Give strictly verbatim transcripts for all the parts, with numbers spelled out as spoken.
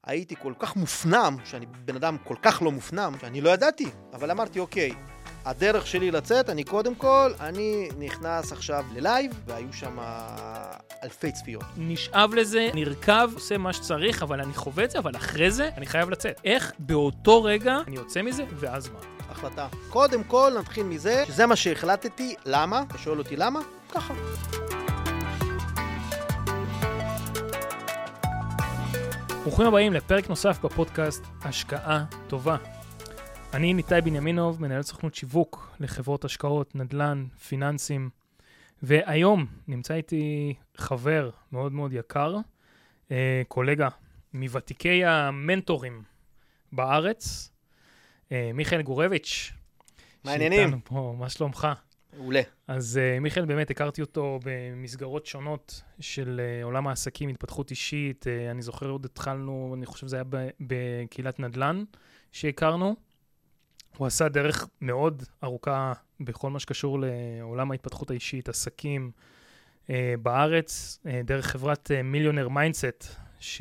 הייתי כל כך מופנם, שאני בן אדם כל כך לא מופנם, שאני לא ידעתי, אבל אמרתי, אוקיי, הדרך שלי לצאת, אני קודם כל, אני נכנס עכשיו ללייב, והיו שם אלפי צפיות. נשאב לזה, נרכב, עושה מה שצריך, אבל אני חווה את זה, אבל אחרי זה אני חייב לצאת. איך באותו רגע אני יוצא מזה, ואז מה? החלטה. קודם כל נתחיל מזה, שזה מה שהחלטתי, למה? אתה שואל אותי למה? ככה. ברוכים הבאים לפרק נוסף בפודקאסט השקעה טובה. אני ניתאי בנימינוב, מנהל סוכנות שיווק לחברות השקעות, נדל"ן, פיננסים, והיום נמצא איתי חבר מאוד מאוד יקר, אה, קולגה מוותיקי המנטורים בארץ, אה, מיכאל גורביץ'. מה העניינים? שאיתנו פה, מה שלומך? מעולה. אז uh, מיכאל, באמת הכרתי אותו במסגרות שונות של uh, עולם העסקים, התפתחות אישית. Uh, אני זוכר עוד התחלנו, אני חושב שזה היה ב- בקהילת נדל"ן שהכרנו. הוא עשה דרך מאוד ארוכה בכל מה שקשור לעולם ההתפתחות האישית, עסקים uh, בארץ, uh, דרך חברת מיליונר מיינדסט,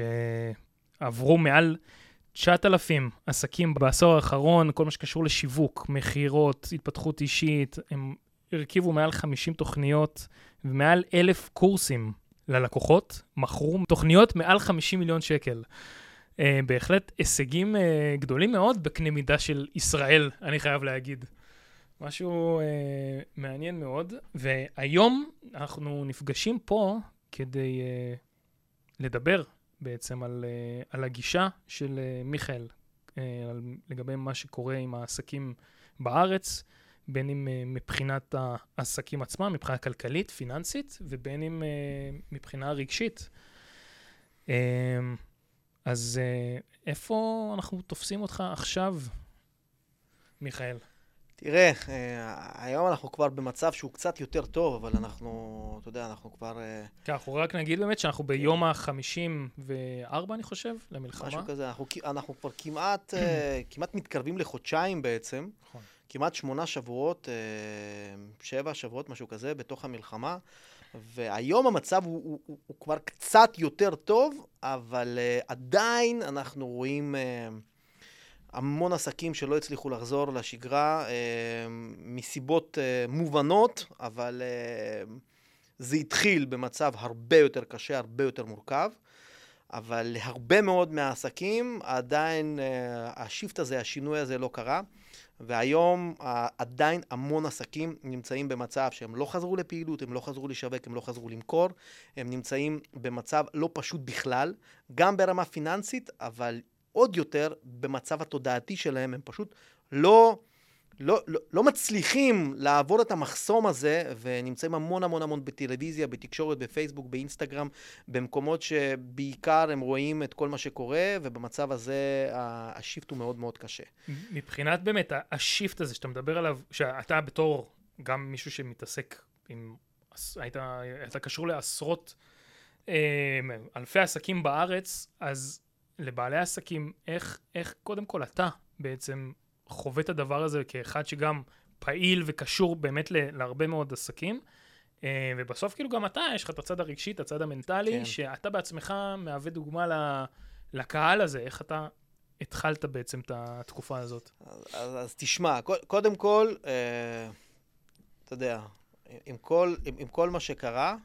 שעברו מעל תשעת אלפים עסקים בעשור האחרון, כל מה שקשור לשיווק, מחירות, התפתחות אישית, הם הרכיבו מעל חמישים תוכניות ומעל אלף קורסים ללקוחות, מכרו תוכניות מעל חמישים מיליון שקל. Uh, בהחלט הישגים uh, גדולים מאוד בקנה מידה של ישראל, אני חייב להגיד. משהו uh, מעניין מאוד, והיום אנחנו נפגשים פה כדי uh, לדבר בעצם על, uh, על הגישה של uh, מיכאל, uh, על, לגבי מה שקורה עם העסקים בארץ, בין אם uh, מבחינת העסקים עצמם, מבחינה כלכלית, פיננסית, ובין אם uh, מבחינה רגשית. Uh, אז uh, איפה אנחנו תופסים אותך עכשיו, מיכאל? תראה, uh, היום אנחנו כבר במצב שהוא קצת יותר טוב, אבל אנחנו, אתה יודע, אנחנו כבר... Uh, כן, אנחנו רק נגיד באמת שאנחנו ביום ה-חמישים וארבע, אני חושב, למלחמה. משהו כזה, אנחנו, אנחנו כבר כמעט, uh, כמעט מתקרבים לחודשיים בעצם. נכון. כמעט שמונה שבועות, שבע שבועות, משהו כזה, בתוך המלחמה. והיום המצב הוא, הוא, הוא, הוא כבר קצת יותר טוב, אבל uh, עדיין אנחנו רואים uh, המון עסקים שלא הצליחו לחזור לשגרה, uh, מסיבות uh, מובנות, אבל uh, זה התחיל במצב הרבה יותר קשה, הרבה יותר מורכב. אבל להרבה מאוד מהעסקים עדיין uh, השיפט הזה, השינוי הזה לא קרה. והיום עדיין המון עסקים נמצאים במצב שהם לא חזרו לפעילות, הם לא חזרו לשווק, הם לא חזרו למכור, הם נמצאים במצב לא פשוט בכלל, גם ברמה פיננסית, אבל עוד יותר במצב התודעתי שלהם, הם פשוט לא, לא, לא, לא מצליחים לעבור את המחסום הזה, ונמצאים המון המון המון בטלוויזיה, בתקשורת, בפייסבוק, באינסטגרם, במקומות שבעיקר הם רואים את כל מה שקורה, ובמצב הזה השיפט הוא מאוד מאוד קשה. מבחינת באמת השיפט הזה שאתה מדבר עליו, שאתה בתור גם מישהו שמתעסק עם, היית, היית קשור לעשרות אלפי עסקים בארץ, אז לבעלי עסקים, איך, איך קודם כל אתה בעצם חווה את הדבר הזה כאחד שגם פעיל וקשור באמת להרבה מאוד עסקים, ובסוף כאילו גם אתה, יש לך את הצד הרגשי, את הצד המנטלי, כן. שאתה בעצמך מהווה דוגמה לקהל הזה, איך אתה התחלת בעצם את התקופה הזאת? אז, אז, אז תשמע, קודם כל, אה, אתה יודע, עם כל, עם, עם כל מה שקרה,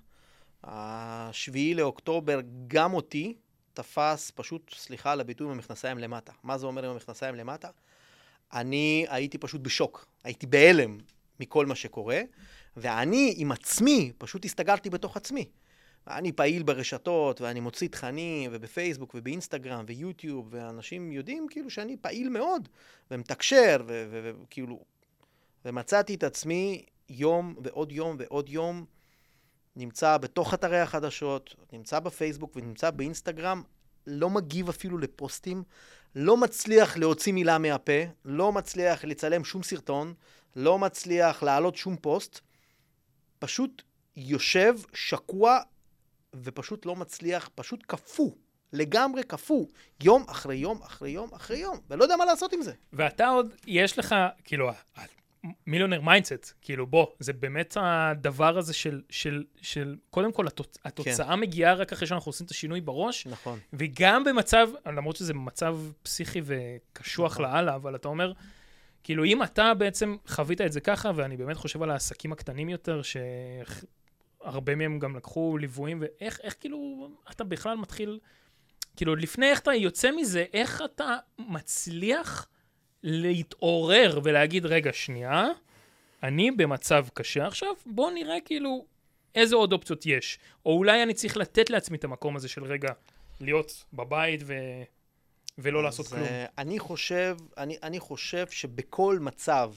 השביעי לאוקטובר גם אותי תפס פשוט, סליחה על הביטוי, עם המכנסיים למטה. מה זה אומר עם המכנסיים למטה? אני הייתי פשוט בשוק, הייתי בהלם מכל מה שקורה, ואני עם עצמי פשוט הסתגרתי בתוך עצמי. אני פעיל ברשתות, ואני מוציא תכנים, ובפייסבוק, ובאינסטגרם, ויוטיוב, ואנשים יודעים כאילו שאני פעיל מאוד, ומתקשר, וכאילו, ומצאתי את עצמי יום ועוד יום ועוד יום, נמצא בתוך אתרי החדשות, נמצא בפייסבוק, ונמצא באינסטגרם, לא מגיב אפילו לפוסטים, לא מצליח להוציא מילה מהפה, לא מצליח לצלם שום סרטון, לא מצליח להעלות שום פוסט, פשוט יושב, שקוע, ופשוט לא מצליח, פשוט כפו, לגמרי כפו, יום אחרי יום אחרי יום אחרי יום, ולא יודע מה לעשות עם זה. ואתה עוד, יש לך, כאילו, מיליונר מיינדסט, כאילו בוא, זה באמת הדבר הזה של, של, של קודם כל התוצ... התוצאה כן. מגיעה רק אחרי שאנחנו עושים את השינוי בראש, נכון. וגם במצב, למרות שזה מצב פסיכי וקשוח נכון. לאללה, אבל אתה אומר, כאילו אם אתה בעצם חווית את זה ככה, ואני באמת חושב על העסקים הקטנים יותר, שהרבה מהם גם לקחו ליוויים, ואיך איך, כאילו אתה בכלל מתחיל, כאילו לפני איך אתה יוצא מזה, איך אתה מצליח להתעורר ולהגיד, רגע, שנייה, אני במצב קשה עכשיו, בוא נראה כאילו איזה עוד אופציות יש. או אולי אני צריך לתת לעצמי את המקום הזה של רגע, להיות בבית ו... ולא לעשות כלום. אני חושב, אני, אני חושב שבכל מצב,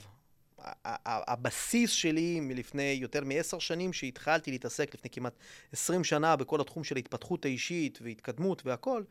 הבסיס שלי מלפני יותר מעשר שנים, שהתחלתי להתעסק לפני כמעט עשרים שנה בכל התחום של ההתפתחות האישית והתקדמות והכל,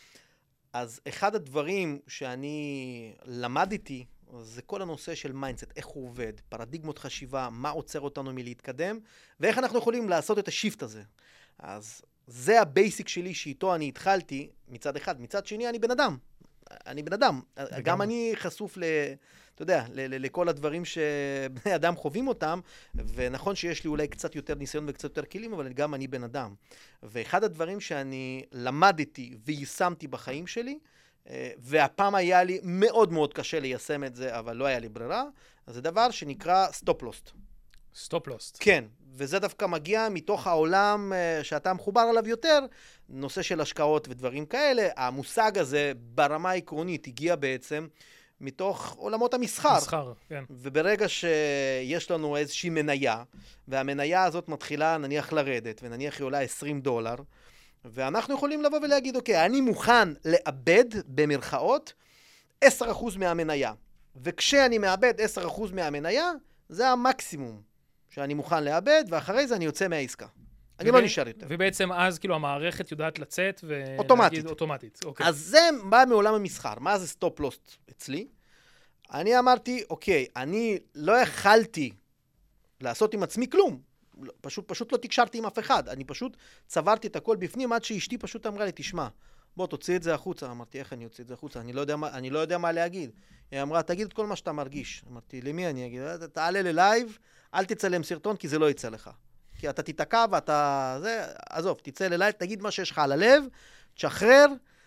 אז אחד הדברים שאני למדתי, זה כל הנושא של מיינדסט, איך הוא עובד, פרדיגמות חשיבה, מה עוצר אותנו מלהתקדם, ואיך אנחנו יכולים לעשות את השיפט הזה. אז זה הבייסיק שלי שאיתו אני התחלתי מצד אחד. מצד שני, אני בן אדם. אני בן אדם. וגם. גם אני חשוף ל... אתה יודע, ל- ל- לכל הדברים שבני אדם חווים אותם, ונכון שיש לי אולי קצת יותר ניסיון וקצת יותר כלים, אבל גם אני בן אדם. ואחד הדברים שאני למדתי ויישמתי בחיים שלי, והפעם היה לי מאוד מאוד קשה ליישם את זה, אבל לא היה לי ברירה, זה דבר שנקרא סטופ לוסט. סטופ לוסט. כן, וזה דווקא מגיע מתוך העולם שאתה מחובר עליו יותר, נושא של השקעות ודברים כאלה. המושג הזה ברמה העקרונית הגיע בעצם מתוך עולמות המסחר. מסחר, כן. וברגע שיש לנו איזושהי מניה, והמניה הזאת מתחילה נניח לרדת, ונניח היא עולה עשרים דולר, ואנחנו יכולים לבוא ולהגיד, אוקיי, אני מוכן לאבד במרכאות עשרה אחוז מהמניה. וכשאני מאבד עשרה אחוז מהמניה, זה המקסימום שאני מוכן לאבד, ואחרי זה אני יוצא מהעסקה. אני לא נשאר יותר. ובעצם אז כאילו המערכת יודעת לצאת ו... אוטומטית. אוטומטית, אוקיי. אז זה בא מעולם המסחר. מה זה סטופ לוסט אצלי? אני אמרתי, אוקיי, אני לא יכלתי לעשות עם עצמי כלום. פשוט, פשוט לא תקשרתי עם אף אחד. אני פשוט צברתי את הכל בפנים, עד שאשתי פשוט אמרה לי, תשמע, בוא תוציא את זה החוצה. אמרתי, איך אני אוציא את זה החוצה? אני לא יודע מה, אני לא יודע מה להגיד. היא אמרה, תגיד את כל מה שאתה מרגיש. אמרתי, למי אני אגיד? תעלה ללייב, אל תצלם סרטון, כי זה לא יצא לך. כי אתה תתעקע ואתה... זה, עזוב, תצא ללייב, תגיד מה שיש לך על הלב, תשחרר,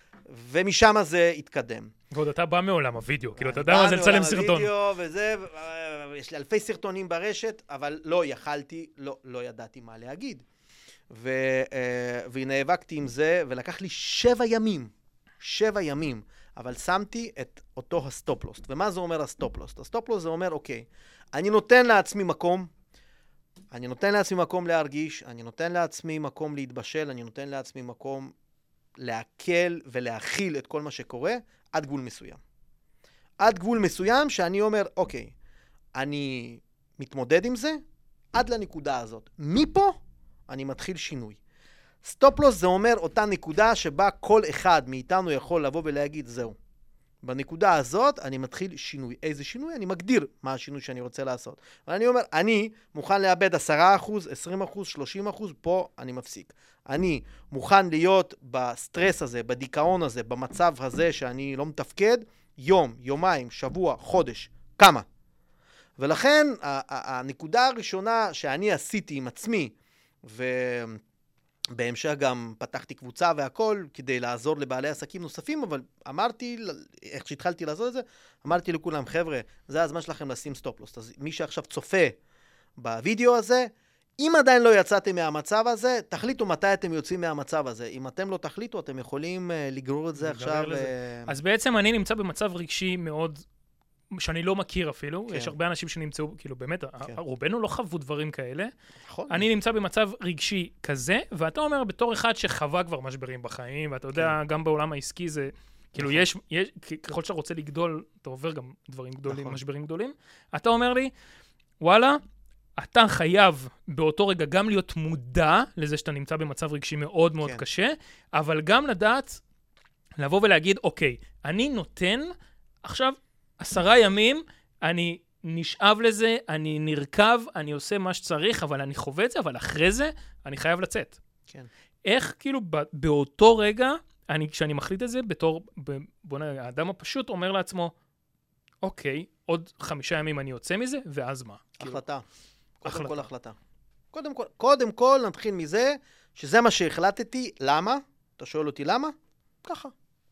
ומשם זה יתקדם. ועוד אתה בא מעולם הוידאו, כאילו אתה יודע מה זה לצלם סרטון. הוידאו וזה, יש לי אלפי סרטונים ברשת, אבל לא יכלתי, לא, לא ידעתי מה להגיד. ו, ונאבקתי עם זה, ולקח לי שבע ימים, שבע ימים, אבל שמתי את אותו הסטופ-לוסט. ומה זה אומר הסטופ-לוסט? הסטופ-לוסט זה אומר, אוקיי, אני נותן לעצמי מקום, אני נותן לעצמי מקום להרגיש, אני נותן לעצמי מקום להתבשל, אני נותן לעצמי מקום להקל ולהכיל את כל מה שקורה, עד גבול מסוים. עד גבול מסוים שאני אומר, אוקיי, אני מתמודד עם זה, עד לנקודה הזאת. מפה אני מתחיל שינוי. סטופ-לוסט זה אומר אותה נקודה שבה כל אחד מאיתנו יכול לבוא ולהגיד, זהו. בנקודה הזאת אני מתחיל שינוי. איזה שינוי? אני מגדיר מה השינוי שאני רוצה לעשות. אבל אני אומר, אני מוכן לאבד עשרה אחוז, עשרים אחוז, שלושים אחוז, פה אני מפסיק. אני מוכן להיות בסטרס הזה, בדיכאון הזה, במצב הזה שאני לא מתפקד, יום, יומיים, שבוע, חודש, כמה. ולכן הנקודה הראשונה שאני עשיתי עם עצמי, ובהמשך גם פתחתי קבוצה והכל, כדי לעזור לבעלי עסקים נוספים, אבל אמרתי, איך שהתחלתי לעשות את זה, אמרתי לכולם, חבר'ה, זה הזמן שלכם לשים סטופ-לוסט. אז מי שעכשיו צופה בווידאו הזה, אם עדיין לא יצאתם מהמצב הזה, תחליטו מתי אתם יוצאים מהמצב הזה. אם אתם לא תחליטו, אתם יכולים לגרור את זה עכשיו. אז בעצם אני נמצא במצב רגשי מאוד, שאני לא מכיר אפילו. יש הרבה אנשים שנמצאו, כאילו באמת, רובנו לא חוו דברים כאלה. אני נמצא במצב רגשי כזה, ואתה אומר בתור אחד שחווה כבר משברים בחיים, ואתה יודע, גם בעולם העסקי זה, כאילו יש, ככל שאתה רוצה לגדול, אתה עובר גם דברים גדולים, משברים גדולים. אתה אומר לי, וואלה, אתה חייב באותו רגע גם להיות מודע לזה שאתה נמצא במצב רגשי מאוד מאוד קשה, אבל גם לדעת, לבוא ולהגיד, אוקיי, אני נותן עכשיו עשרה ימים, אני נשאב לזה, אני נרכב, אני עושה מה שצריך, אבל אני חווה את זה, אבל אחרי זה אני חייב לצאת. כן. איך כאילו באותו רגע, אני, כשאני מחליט את זה, בתור, בוא נראה, האדם הפשוט אומר לעצמו, אוקיי, עוד חמישה ימים אני יוצא מזה, ואז מה? החלטה. קודם החלטה. כל החלטה. קודם כל, קודם כל נתחיל מזה, שזה מה שהחלטתי. למה? אתה שואל אותי למה? ככה.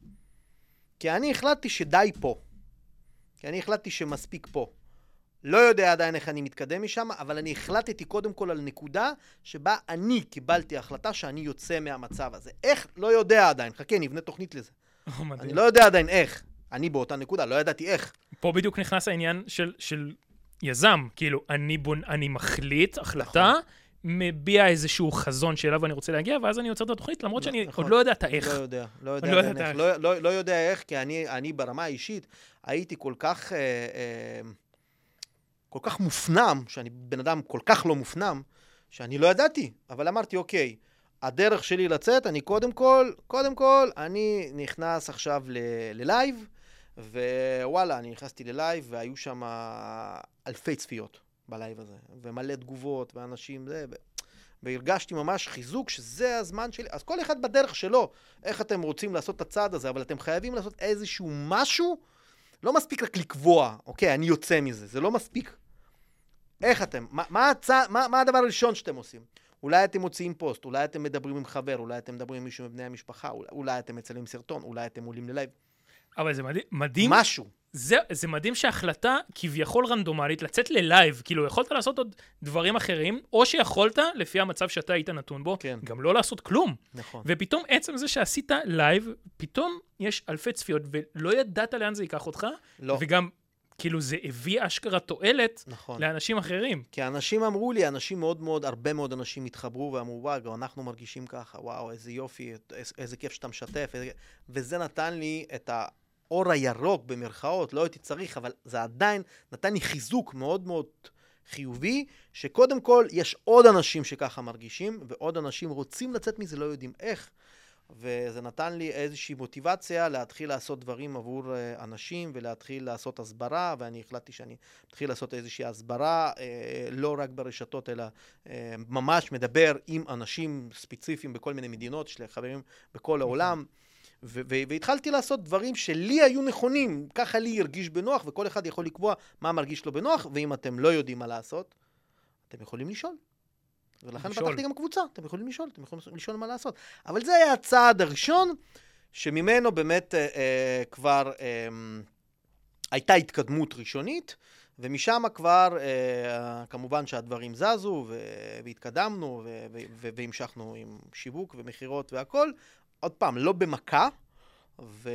כי אני החלטתי שדי פה. כי אני החלטתי שמספיק פה. לא יודע עדיין איך אני מתקדם משם, אבל אני החלטתי קודם כל על נקודה שבה אני קיבלתי החלטה שאני יוצא מהמצב הזה. איך? לא יודע עדיין. חכה, נבנה תוכנית לזה. אני לא יודע עדיין איך. אני באותה נקודה, לא ידעתי איך. פה בדיוק נכנס העניין של, של יזם. כאילו, אני, בונ... אני מחליט החלטה, נכון. מביע איזשהו חזון שאליו אני רוצה להגיע, ואז אני יוצר את התוכנית, למרות שאני נכון. עוד לא יודע את האיך. לא יודע, לא יודע, לא יודע, איך. לא, לא, לא יודע איך, כי אני, אני ברמה האישית הייתי כל כך... אה, אה, כל כך מופנם, שאני בן אדם כל כך לא מופנם, שאני לא ידעתי, אבל אמרתי, אוקיי, הדרך שלי לצאת, אני קודם כל, קודם כל, אני נכנס עכשיו ללייב, ווואלה, אני נכנסתי ללייב, והיו שם אלפי צפיות בלייב הזה, ומלא תגובות, ואנשים זה, ו... והרגשתי ממש חיזוק שזה הזמן שלי, אז כל אחד בדרך שלו, איך אתם רוצים לעשות את הצעד הזה, אבל אתם חייבים לעשות איזשהו משהו, לא מספיק רק לקבוע, אוקיי, אני יוצא מזה, זה לא מספיק. איך אתם? מה, מה, הצע, מה, מה הדבר הראשון שאתם עושים? אולי אתם מוציאים פוסט, אולי אתם מדברים עם חבר, אולי אתם מדברים עם מישהו מבני המשפחה, אולי, אולי אתם מצלמים סרטון, אולי אתם עולים ללייב. אבל זה מדהים, מדהים. משהו. זה, זה מדהים שההחלטה כביכול רנדומלית, לצאת ללייב, כאילו יכולת לעשות עוד דברים אחרים, או שיכולת, לפי המצב שאתה היית נתון בו, כן. גם לא לעשות כלום. נכון. ופתאום עצם זה שעשית לייב, פתאום יש אלפי צפיות, ולא ידעת לאן זה ייקח אותך, לא. וגם כאילו זה הביא אשכרה תועלת נכון. לאנשים אחרים. כי האנשים אמרו לי, אנשים מאוד מאוד, הרבה מאוד אנשים התחברו ואמרו, וואו, אנחנו מרגישים ככה, וואו, איזה יופי, איזה, איזה כיף שאתה משתף, איזה... וזה נתן לי את האור הירוק במרכאות, לא הייתי צריך, אבל זה עדיין נתן לי חיזוק מאוד מאוד חיובי, שקודם כל יש עוד אנשים שככה מרגישים, ועוד אנשים רוצים לצאת מזה, לא יודעים איך. וזה נתן לי איזושהי מוטיבציה להתחיל לעשות דברים עבור אנשים ולהתחיל לעשות הסברה, ואני החלטתי שאני מתחיל לעשות איזושהי הסברה, לא רק ברשתות, אלא ממש מדבר עם אנשים ספציפיים בכל מיני מדינות, יש לי חברים בכל העולם, ו- ו- והתחלתי לעשות דברים שלי היו נכונים, ככה לי הרגיש בנוח, וכל אחד יכול לקבוע מה מרגיש לו בנוח, ואם אתם לא יודעים מה לעשות, אתם יכולים לשאול. ולכן לשאול. פתחתי גם קבוצה, אתם יכולים לשאול, אתם יכולים לשאול מה לעשות. אבל זה היה הצעד הראשון, שממנו באמת אה, אה, כבר אה, הייתה התקדמות ראשונית, ומשם כבר, אה, כמובן שהדברים זזו, ו- והתקדמנו, ו- ו- ו- והמשכנו עם שיווק ומחירות והכל. עוד פעם, לא במכה, ואתה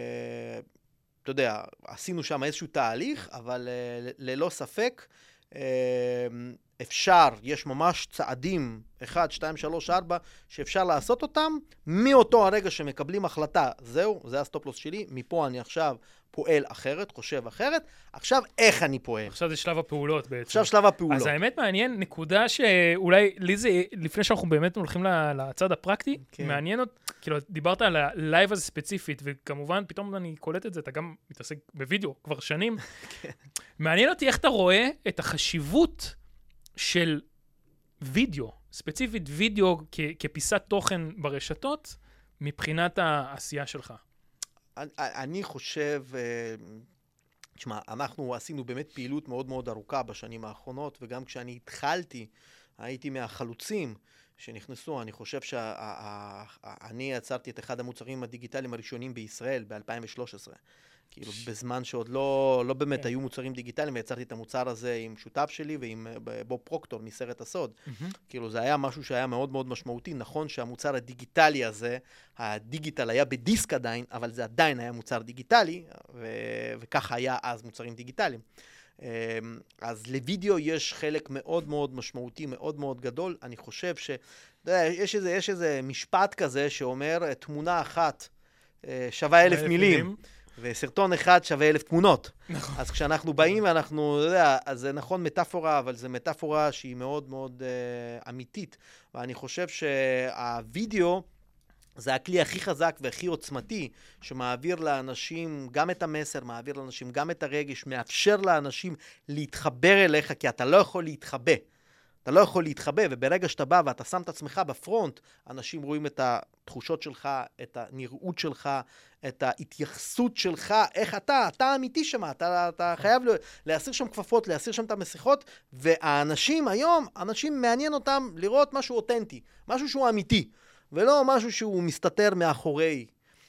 יודע, עשינו שם איזשהו תהליך, אבל אה, ללא ספק, אה, אפשר, יש ממש צעדים, אחד, שתיים, שלוש, ארבע, שאפשר לעשות אותם, מאותו הרגע שמקבלים החלטה, זהו, זה הסטופ-לוס שלי, מפה אני עכשיו פועל אחרת, חושב אחרת, עכשיו איך אני פועל? עכשיו זה שלב הפעולות בעצם. עכשיו שלב הפעולות. אז האמת מעניין, נקודה שאולי, לי זה, לפני שאנחנו באמת הולכים לצד הפרקטי, כן. מעניין אותי, כאילו, דיברת על הלייב הזה ספציפית, וכמובן, פתאום אני קולט את זה, אתה גם מתעסק בווידאו כבר שנים. כן. מעניין אותי איך אתה רואה את החשיבות של וידאו, ספציפית וידאו כ- כפיסת תוכן ברשתות, מבחינת העשייה שלך. אני, אני חושב, תשמע, אנחנו עשינו באמת פעילות מאוד מאוד ארוכה בשנים האחרונות, וגם כשאני התחלתי, הייתי מהחלוצים שנכנסו. אני חושב שאני יצרתי את אחד המוצרים הדיגיטליים הראשונים בישראל ב-אלפיים ושלוש עשרה. כאילו, בזמן שעוד לא, לא באמת היו מוצרים דיגיטליים, ויצרתי את המוצר הזה עם שותף שלי ועם בוב פרוקטור מסרט הסוד. כאילו, זה היה משהו שהיה מאוד מאוד משמעותי. נכון שהמוצר הדיגיטלי הזה, הדיגיטל היה בדיסק עדיין, אבל זה עדיין היה מוצר דיגיטלי, ו- וככה היה אז מוצרים דיגיטליים. אז לוידאו יש חלק מאוד מאוד משמעותי, מאוד מאוד גדול. אני חושב ש... יש איזה, יש איזה משפט כזה שאומר, תמונה אחת שווה אלף מילים. וסרטון אחד שווה אלף תמונות. נכון. אז כשאנחנו באים ואנחנו, אתה יודע, אז זה נכון מטאפורה, אבל זה מטאפורה שהיא מאוד מאוד uh, אמיתית. ואני חושב שהווידאו זה הכלי הכי חזק והכי עוצמתי, שמעביר לאנשים גם את המסר, מעביר לאנשים גם את הרגש, מאפשר לאנשים להתחבר אליך, כי אתה לא יכול להתחבא. אתה לא יכול להתחבא, וברגע שאתה בא ואתה שם את עצמך בפרונט, אנשים רואים את התחושות שלך, את הנראות שלך, את ההתייחסות שלך, איך אתה, אתה אמיתי שם, אתה, אתה חייב להסיר שם כפפות, להסיר שם את המסכות, והאנשים היום, אנשים מעניין אותם לראות משהו אותנטי, משהו שהוא אמיתי, ולא משהו שהוא מסתתר מאחורי.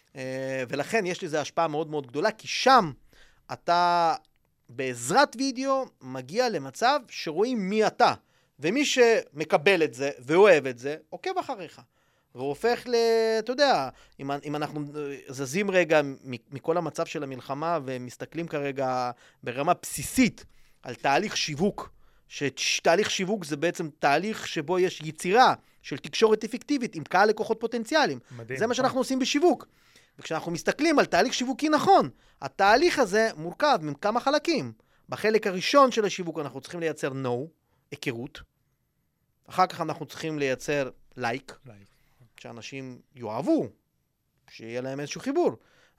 ולכן יש לזה השפעה מאוד מאוד גדולה, כי שם אתה בעזרת וידאו מגיע למצב שרואים מי אתה. ומי שמקבל את זה ואוהב את זה, עוקב אחריך. והוא הופך ל... אתה יודע, אם, אם אנחנו זזים רגע מכל המצב של המלחמה ומסתכלים כרגע ברמה בסיסית על תהליך שיווק, שתהליך שיווק זה בעצם תהליך שבו יש יצירה של תקשורת אפקטיבית עם קהל לקוחות פוטנציאליים. מדהים. זה מה שאנחנו עושים בשיווק. וכשאנחנו מסתכלים על תהליך שיווקי נכון, התהליך הזה מורכב מכמה חלקים. בחלק הראשון של השיווק אנחנו צריכים לייצר no, היכרות. אחר כך אנחנו צריכים לייצר לייק, לייק. שאנשים יאהבו, שיהיה להם איזשהו חיבור.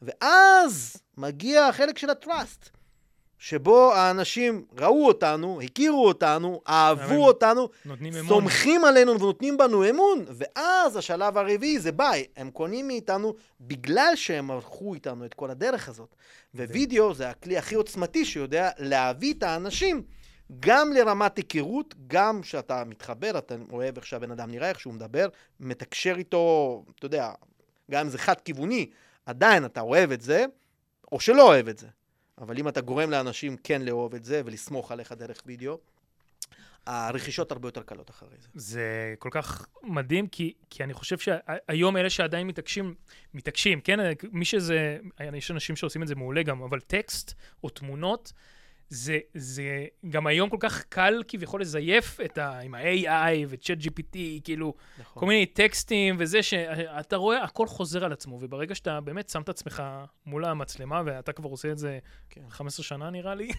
ואז מגיע החלק של הטראסט, שבו האנשים ראו אותנו, הכירו אותנו, אהבו אותנו, סומכים עלינו ונותנים בנו אמון, ואז השלב הרביעי זה ביי, הם קונים מאיתנו בגלל שהם ערכו איתנו את כל הדרך הזאת. ווידאו זה הכלי הכי עוצמתי שיודע להביא את האנשים גם לרמת היכרות, גם שאתה מתחבר, אתה אוהב איך שהבן אדם נראה, איך שהוא מדבר, מתקשר איתו, אתה יודע, גם אם זה חד כיווני, עדיין אתה אוהב את זה, או שלא אוהב את זה. אבל אם אתה גורם לאנשים כן לאהוב את זה, ולסמוך עליך דרך וידאו, הרכישות הרבה יותר קלות אחרי זה. זה כל כך מדהים, כי, כי אני חושב שהיום אלה שעדיין מתעקשים, מתעקשים, כן? מי שזה, יש אנשים שעושים את זה מעולה גם, אבל טקסט או תמונות, זה, זה גם היום כל כך קל כביכול לזייף את ה, עם ה-איי איי ו-צ'אט ג'י פי טי, כאילו, נכון. כל מיני טקסטים וזה שאתה רואה, הכל חוזר על עצמו, וברגע שאתה באמת שם את עצמך מול המצלמה, ואתה כבר עושה את זה כן. חמש עשרה שנה נראה לי,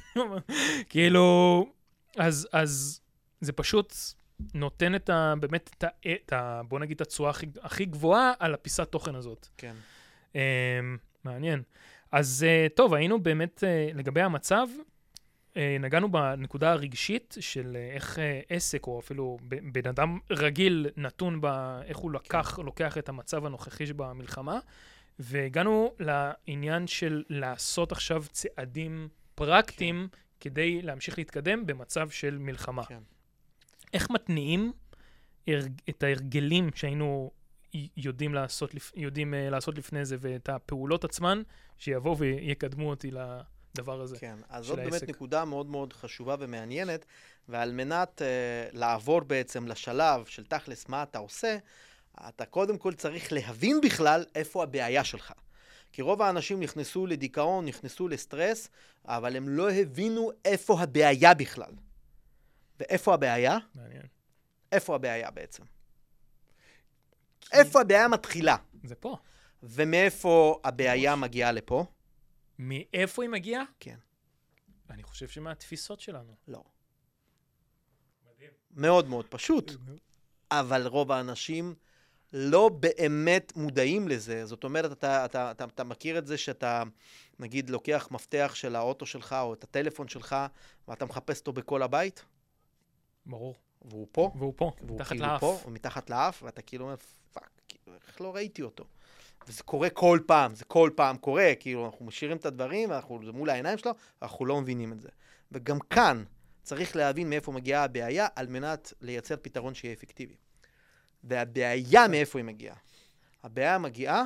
כאילו, אז, אז זה פשוט נותן את ה, באמת את ה, את ה בוא נגיד, את הצועה הכי, הכי גבוהה על הפיסת תוכן הזאת. כן. Um, מעניין. אז uh, טוב, היינו באמת uh, לגבי המצב, נגענו בנקודה הרגשית של איך עסק, או אפילו בן אדם רגיל נתון באיך הוא לקח, לוקח את המצב הנוכחי במלחמה, והגענו לעניין של לעשות עכשיו צעדים פרקטיים כן. כדי להמשיך להתקדם במצב של מלחמה. כן. איך מתניעים את ההרגלים שהיינו יודעים לעשות, יודעים לעשות לפני זה, ואת הפעולות עצמן שיבואו ויקדמו אותי ל... דבר הזה. כן, אז זאת באמת נקודה מאוד מאוד חשובה ומעניינת, ועל מנת uh, לעבור בעצם לשלב של תכלס מה אתה עושה, אתה קודם כל צריך להבין בכלל איפה הבעיה שלך. כי רוב האנשים נכנסו לדיכאון, נכנסו לסטרס, אבל הם לא הבינו איפה הבעיה בכלל. ואיפה הבעיה? מעניין. איפה הבעיה בעצם? כי... איפה הבעיה מתחילה? זה פה. ומאיפה הבעיה מגיעה לפה? מאיפה היא מגיעה? כן. אני חושב שמהתפיסות שלנו. לא. מדהים. מאוד מאוד פשוט. אבל רוב האנשים לא באמת מודעים לזה. זאת אומרת, אתה, אתה, אתה, אתה מכיר את זה שאתה, נגיד, לוקח מפתח של האוטו שלך או את הטלפון שלך, ואתה מחפש אותו בכל הבית? ברור. והוא פה? והוא פה, והוא מתחת לאף. פה, הוא מתחת לאף, ואתה כאילו אומר, פאק, איך לא ראיתי אותו? וזה קורה כל פעם, זה כל פעם קורה, כאילו אנחנו משאירים את הדברים, אנחנו, זה מול העיניים שלו, אנחנו לא מבינים את זה. וגם כאן צריך להבין מאיפה מגיעה הבעיה, על מנת לייצר פתרון שיהיה אפקטיבי. והבעיה מאיפה היא מגיעה? הבעיה מגיעה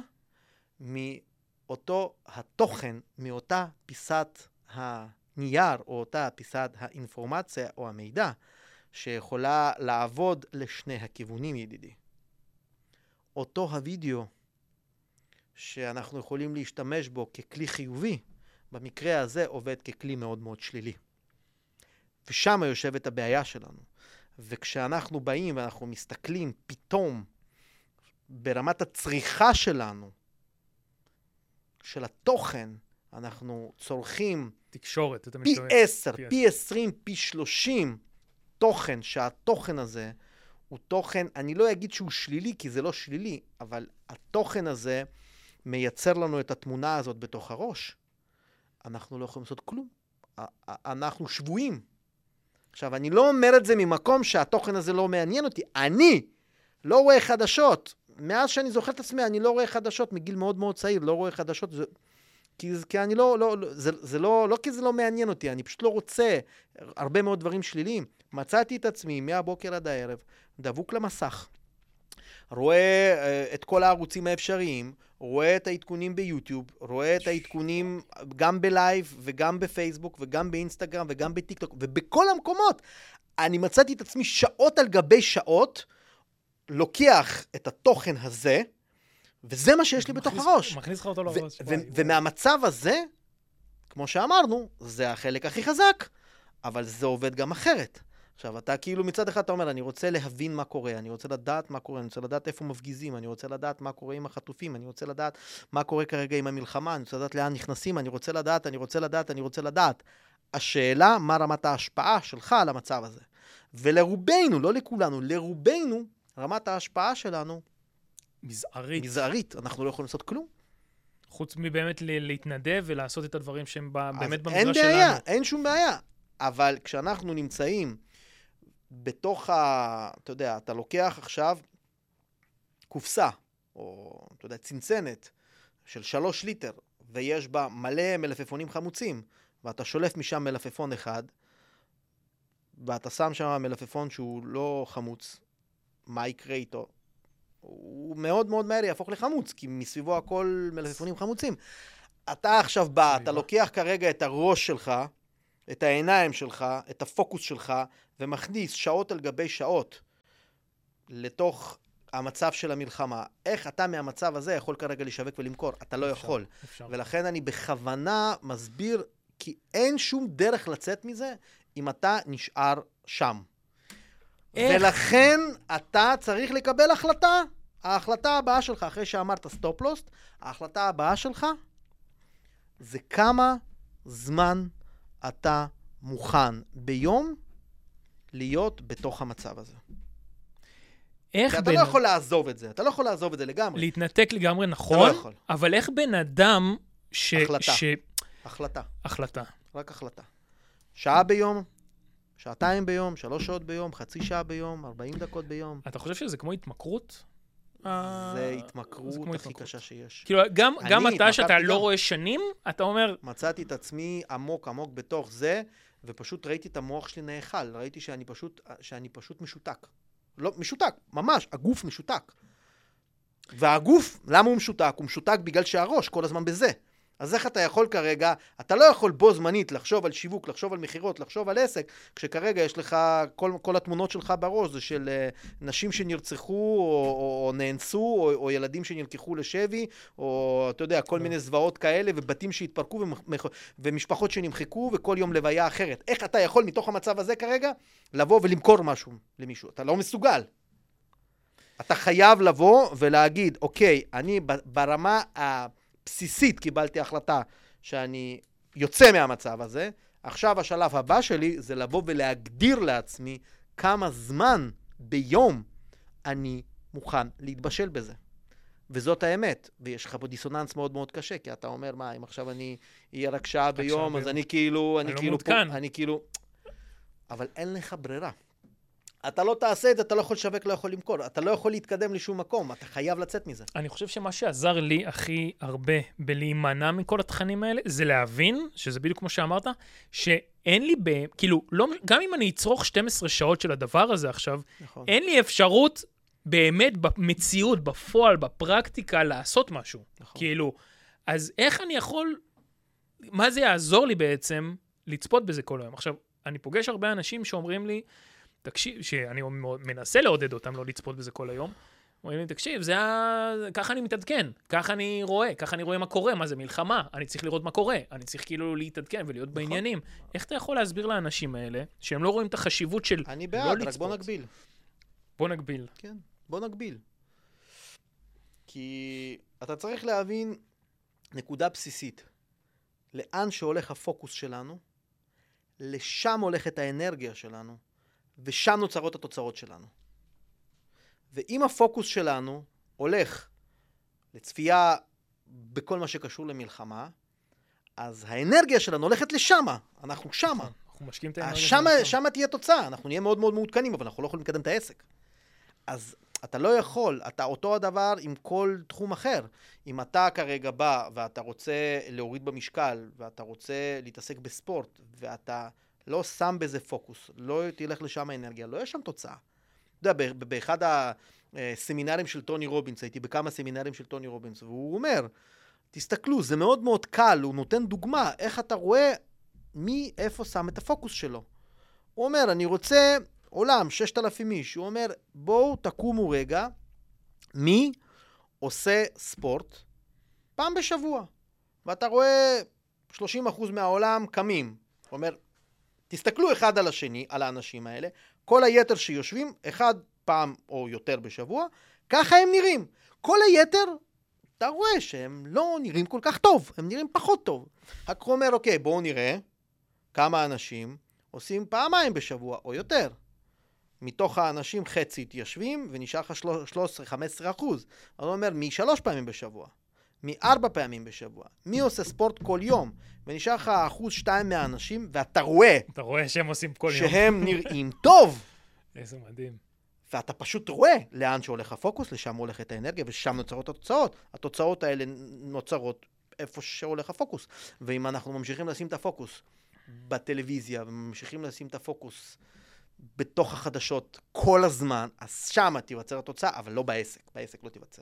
מאותו התוכן, מאותה פיסת הנייר, או אותה פיסת האינפורמציה או המידע, שיכולה לעבוד לשני הכיוונים, ידידי. אותו הוידאו, שאנחנו יכולים להשתמש בו ככלי חיובי, במקרה הזה עובד ככלי מאוד מאוד שלילי. ושם יושבת הבעיה שלנו. וכשאנחנו באים ואנחנו מסתכלים פתאום ברמת הצריכה שלנו, של התוכן, אנחנו צורכים תקשורת, אתה פי עשר, פי עשרים, פי שלושים תוכן, שהתוכן הזה הוא תוכן, אני לא אגיד שהוא שלילי, כי זה לא שלילי, אבל התוכן הזה מייצר לנו את התמונה הזאת בתוך הראש. אנחנו לא יכולים לעשות כלום. אנחנו שבויים עכשיו, אני לא אומר את זה ממקום שהתוכן הזה לא מעניין אותי. אני לא רואה חדשות. מאז שאני זוכר את עצמי, אני לא רואה חדשות מגיל מאוד מאוד צעיר, לא רואה חדשות. זה... כי, כי אני לא, לא, לא, זה, זה לא, לא כי זה לא מעניין אותי, אני פשוט לא רוצה הרבה מאוד דברים שליליים. מצאתי את עצמי מהבוקר עד הערב, דבוק למסך. רואה uh, את כל הערוצים האפשריים, רואה את העדכונים ביוטיוב, רואה את העדכונים גם בלייב וגם בפייסבוק וגם באינסטגרם וגם בטיקטוק ובכל המקומות. אני מצאתי את עצמי שעות על גבי שעות, לוקח את התוכן הזה, וזה מה שיש לי בתוך הראש. מכניס לך אותו לראש. ומהמצב הזה, כמו שאמרנו, זה החלק הכי חזק, אבל זה עובד גם אחרת. עכשיו, אתה כאילו מצד אחד אתה אומר, אני רוצה להבין מה קורה, אני רוצה לדעת מה קורה, אני רוצה לדעת איפה מפגיזים, אני רוצה לדעת מה קורה עם החטופים, אני רוצה לדעת מה קורה כרגע עם המלחמה, אני רוצה לדעת לאן נכנסים, אני רוצה לדעת, אני רוצה לדעת, אני רוצה לדעת. השאלה, מה רמת ההשפעה שלך על המצב הזה. ולרובנו, לא לכולנו, לרובנו, רמת ההשפעה שלנו מזערית. מזערית, אנחנו לא יכולים לעשות כלום. חוץ מבאמת להתנדב ולעשות את הדברים שהם באמת במגרש שלנו. אין בעיה, שלנו. אין שום בעיה. אבל כשאנחנו נמצאים בתוך ה... אתה יודע, אתה לוקח עכשיו קופסה, או אתה יודע, צנצנת של שלוש ליטר, ויש בה מלא מלפפונים חמוצים, ואתה שולף משם מלפפון אחד, ואתה שם שם מלפפון שהוא לא חמוץ, מה יקרה איתו? הוא מאוד מאוד מהר יהפוך לחמוץ, כי מסביבו הכל מלפפונים חמוצים. אתה עכשיו בא, אתה לוקח כרגע את הראש שלך, את העיניים שלך, את הפוקוס שלך, ומכניס שעות על גבי שעות לתוך המצב של המלחמה. איך אתה מהמצב הזה יכול כרגע לשווק ולמכור? אתה לא אפשר, יכול. אפשר. ולכן אני בכוונה מסביר, כי אין שום דרך לצאת מזה אם אתה נשאר שם. איך? ולכן אתה צריך לקבל החלטה. ההחלטה הבאה שלך, אחרי שאמרת סטופ-לוסט, ההחלטה הבאה שלך זה כמה זמן אתה מוכן ביום להיות בתוך המצב הזה. איך אתה בן... לא יכול לעזוב את זה, אתה לא יכול לעזוב את זה לגמרי. להתנתק לגמרי נכון, לא אבל איך בן אדם ש... החלטה. ש... החלטה. החלטה. רק החלטה. שעה ביום, שעתיים ביום, שלוש שעות ביום, חצי שעה ביום, ארבעים דקות ביום. אתה חושב שזה כמו התמכרות? זה התמכרות הכי קשה שיש. כאילו, גם, גם אתה שאתה לא רואה שנים, אתה אומר... מצאתי את עצמי עמוק עמוק בתוך זה, ופשוט ראיתי את המוח שלי נאכל. ראיתי שאני פשוט, שאני פשוט משותק. לא, משותק, ממש, הגוף משותק. והגוף, למה הוא משותק? הוא משותק בגלל שהראש כל הזמן בזה. אז איך אתה יכול כרגע, אתה לא יכול בו זמנית לחשוב על שיווק, לחשוב על מחירות, לחשוב על עסק, כשכרגע יש לך, כל, כל התמונות שלך בראש, זה של uh, נשים שנרצחו, או, או, או נאנסו, או, או ילדים שנלקחו לשבי, או אתה יודע, כל מיני זוועות כאלה, ובתים שהתפרקו, ומח, ומשפחות שנמחקו, וכל יום לוויה אחרת. איך אתה יכול מתוך המצב הזה כרגע, לבוא ולמכור משהו למישהו? אתה לא מסוגל. אתה חייב לבוא ולהגיד, אוקיי, אני ברמה ה... בסיסית קיבלתי החלטה שאני יוצא מהמצב הזה, עכשיו השלב הבא שלי זה לבוא ולהגדיר לעצמי כמה זמן ביום אני מוכן להתבשל בזה. וזאת האמת, ויש לך פה דיסוננס מאוד מאוד קשה, כי אתה אומר, מה, אם עכשיו אני אהיה רק שעה ביום, אז אני כאילו, אני כאילו פה, אני כאילו, אבל אין לך ברירה. אתה לא תעשה את זה, אתה לא יכול לשווק, לא יכול למכור. אתה לא יכול להתקדם לשום מקום, אתה חייב לצאת מזה. אני חושב שמה שעזר לי הכי הרבה בלהימנע מכל התכנים האלה, זה להבין, שזה בדיוק כמו שאמרת, שאין לי, ב... כאילו, לא... גם אם אני אצרוך שתים עשרה שעות של הדבר הזה עכשיו, נכון. אין לי אפשרות באמת במציאות, בפועל, בפרקטיקה, לעשות משהו. נכון. כאילו, אז איך אני יכול, מה זה יעזור לי בעצם לצפות בזה כל היום? עכשיו, אני פוגש הרבה אנשים שאומרים לי, תקשיב, שאני מנסה לעודד אותם לא לצפות בזה כל היום, אומרים לי, תקשיב, זה ה... ככה אני מתעדכן, ככה אני רואה, ככה אני רואה מה קורה, מה זה מלחמה, אני צריך לראות מה קורה, אני צריך כאילו להתעדכן ולהיות נכון. בעניינים. איך אתה יכול להסביר לאנשים האלה, שהם לא רואים את החשיבות של אני בעד, לא רק בוא נגביל. בוא נגביל. כן, בוא נגביל. כי אתה צריך להבין נקודה בסיסית. לאן שהולך הפוקוס שלנו, לשם הולכת האנרגיה שלנו, ושם נוצרות התוצאות שלנו. ואם הפוקוס שלנו הולך לצפייה בכל מה שקשור למלחמה, אז האנרגיה שלנו הולכת לשם, אנחנו שמה. אנחנו משקיעים את האנרגיה. שמה, שמה תהיה תוצאה, אנחנו נהיה מאוד מאוד מעודכנים, אבל אנחנו לא יכולים לקדם את העסק. אז אתה לא יכול, אתה אותו הדבר עם כל תחום אחר. אם אתה כרגע בא ואתה רוצה להוריד במשקל, ואתה רוצה להתעסק בספורט, ואתה לא שם בזה פוקוס, לא תלך לשם האנרגיה, לא יש שם תוצאה. אתה יודע, באחד הסמינרים של טוני רובינס, הייתי בכמה סמינרים של טוני רובינס, והוא אומר, תסתכלו, זה מאוד מאוד קל, הוא נותן דוגמה, איך אתה רואה מי איפה שם את הפוקוס שלו. הוא אומר, אני רוצה עולם, ששת אלפים איש, הוא אומר, בואו תקומו רגע, מי עושה ספורט פעם בשבוע, ואתה רואה שלושים אחוז מהעולם קמים. הוא אומר, תסתכלו אחד על השני, על האנשים האלה, כל היתר שיושבים, אחד פעם או יותר בשבוע, ככה הם נראים. כל היתר, אתה רואה שהם לא נראים כל כך טוב, הם נראים פחות טוב. רק הוא אומר, אוקיי, בואו נראה כמה אנשים עושים פעמיים בשבוע או יותר. מתוך האנשים חצי התיישבים, ונשאר לך שלוש עשרה חמש עשרה אחוז. הוא אומר, משלוש פעמים בשבוע, מארבע פעמים בשבוע, מי עושה ספורט כל יום, ונשאר לך אחוז שתיים מהאנשים, ואתה רואה, אתה רואה שהם עושים כל יום. שהם נראים טוב. איזה מדהים. ואתה פשוט רואה לאן שהולך הפוקוס, לשם הולכת האנרגיה, ושם נוצרות התוצאות. התוצאות האלה נוצרות איפה שהולך הפוקוס. ואם אנחנו ממשיכים לשים את הפוקוס בטלוויזיה, וממשיכים לשים את הפוקוס בתוך החדשות כל הזמן, אז שם תיווצר התוצאה, אבל לא בעסק. בעסק לא תיווצר.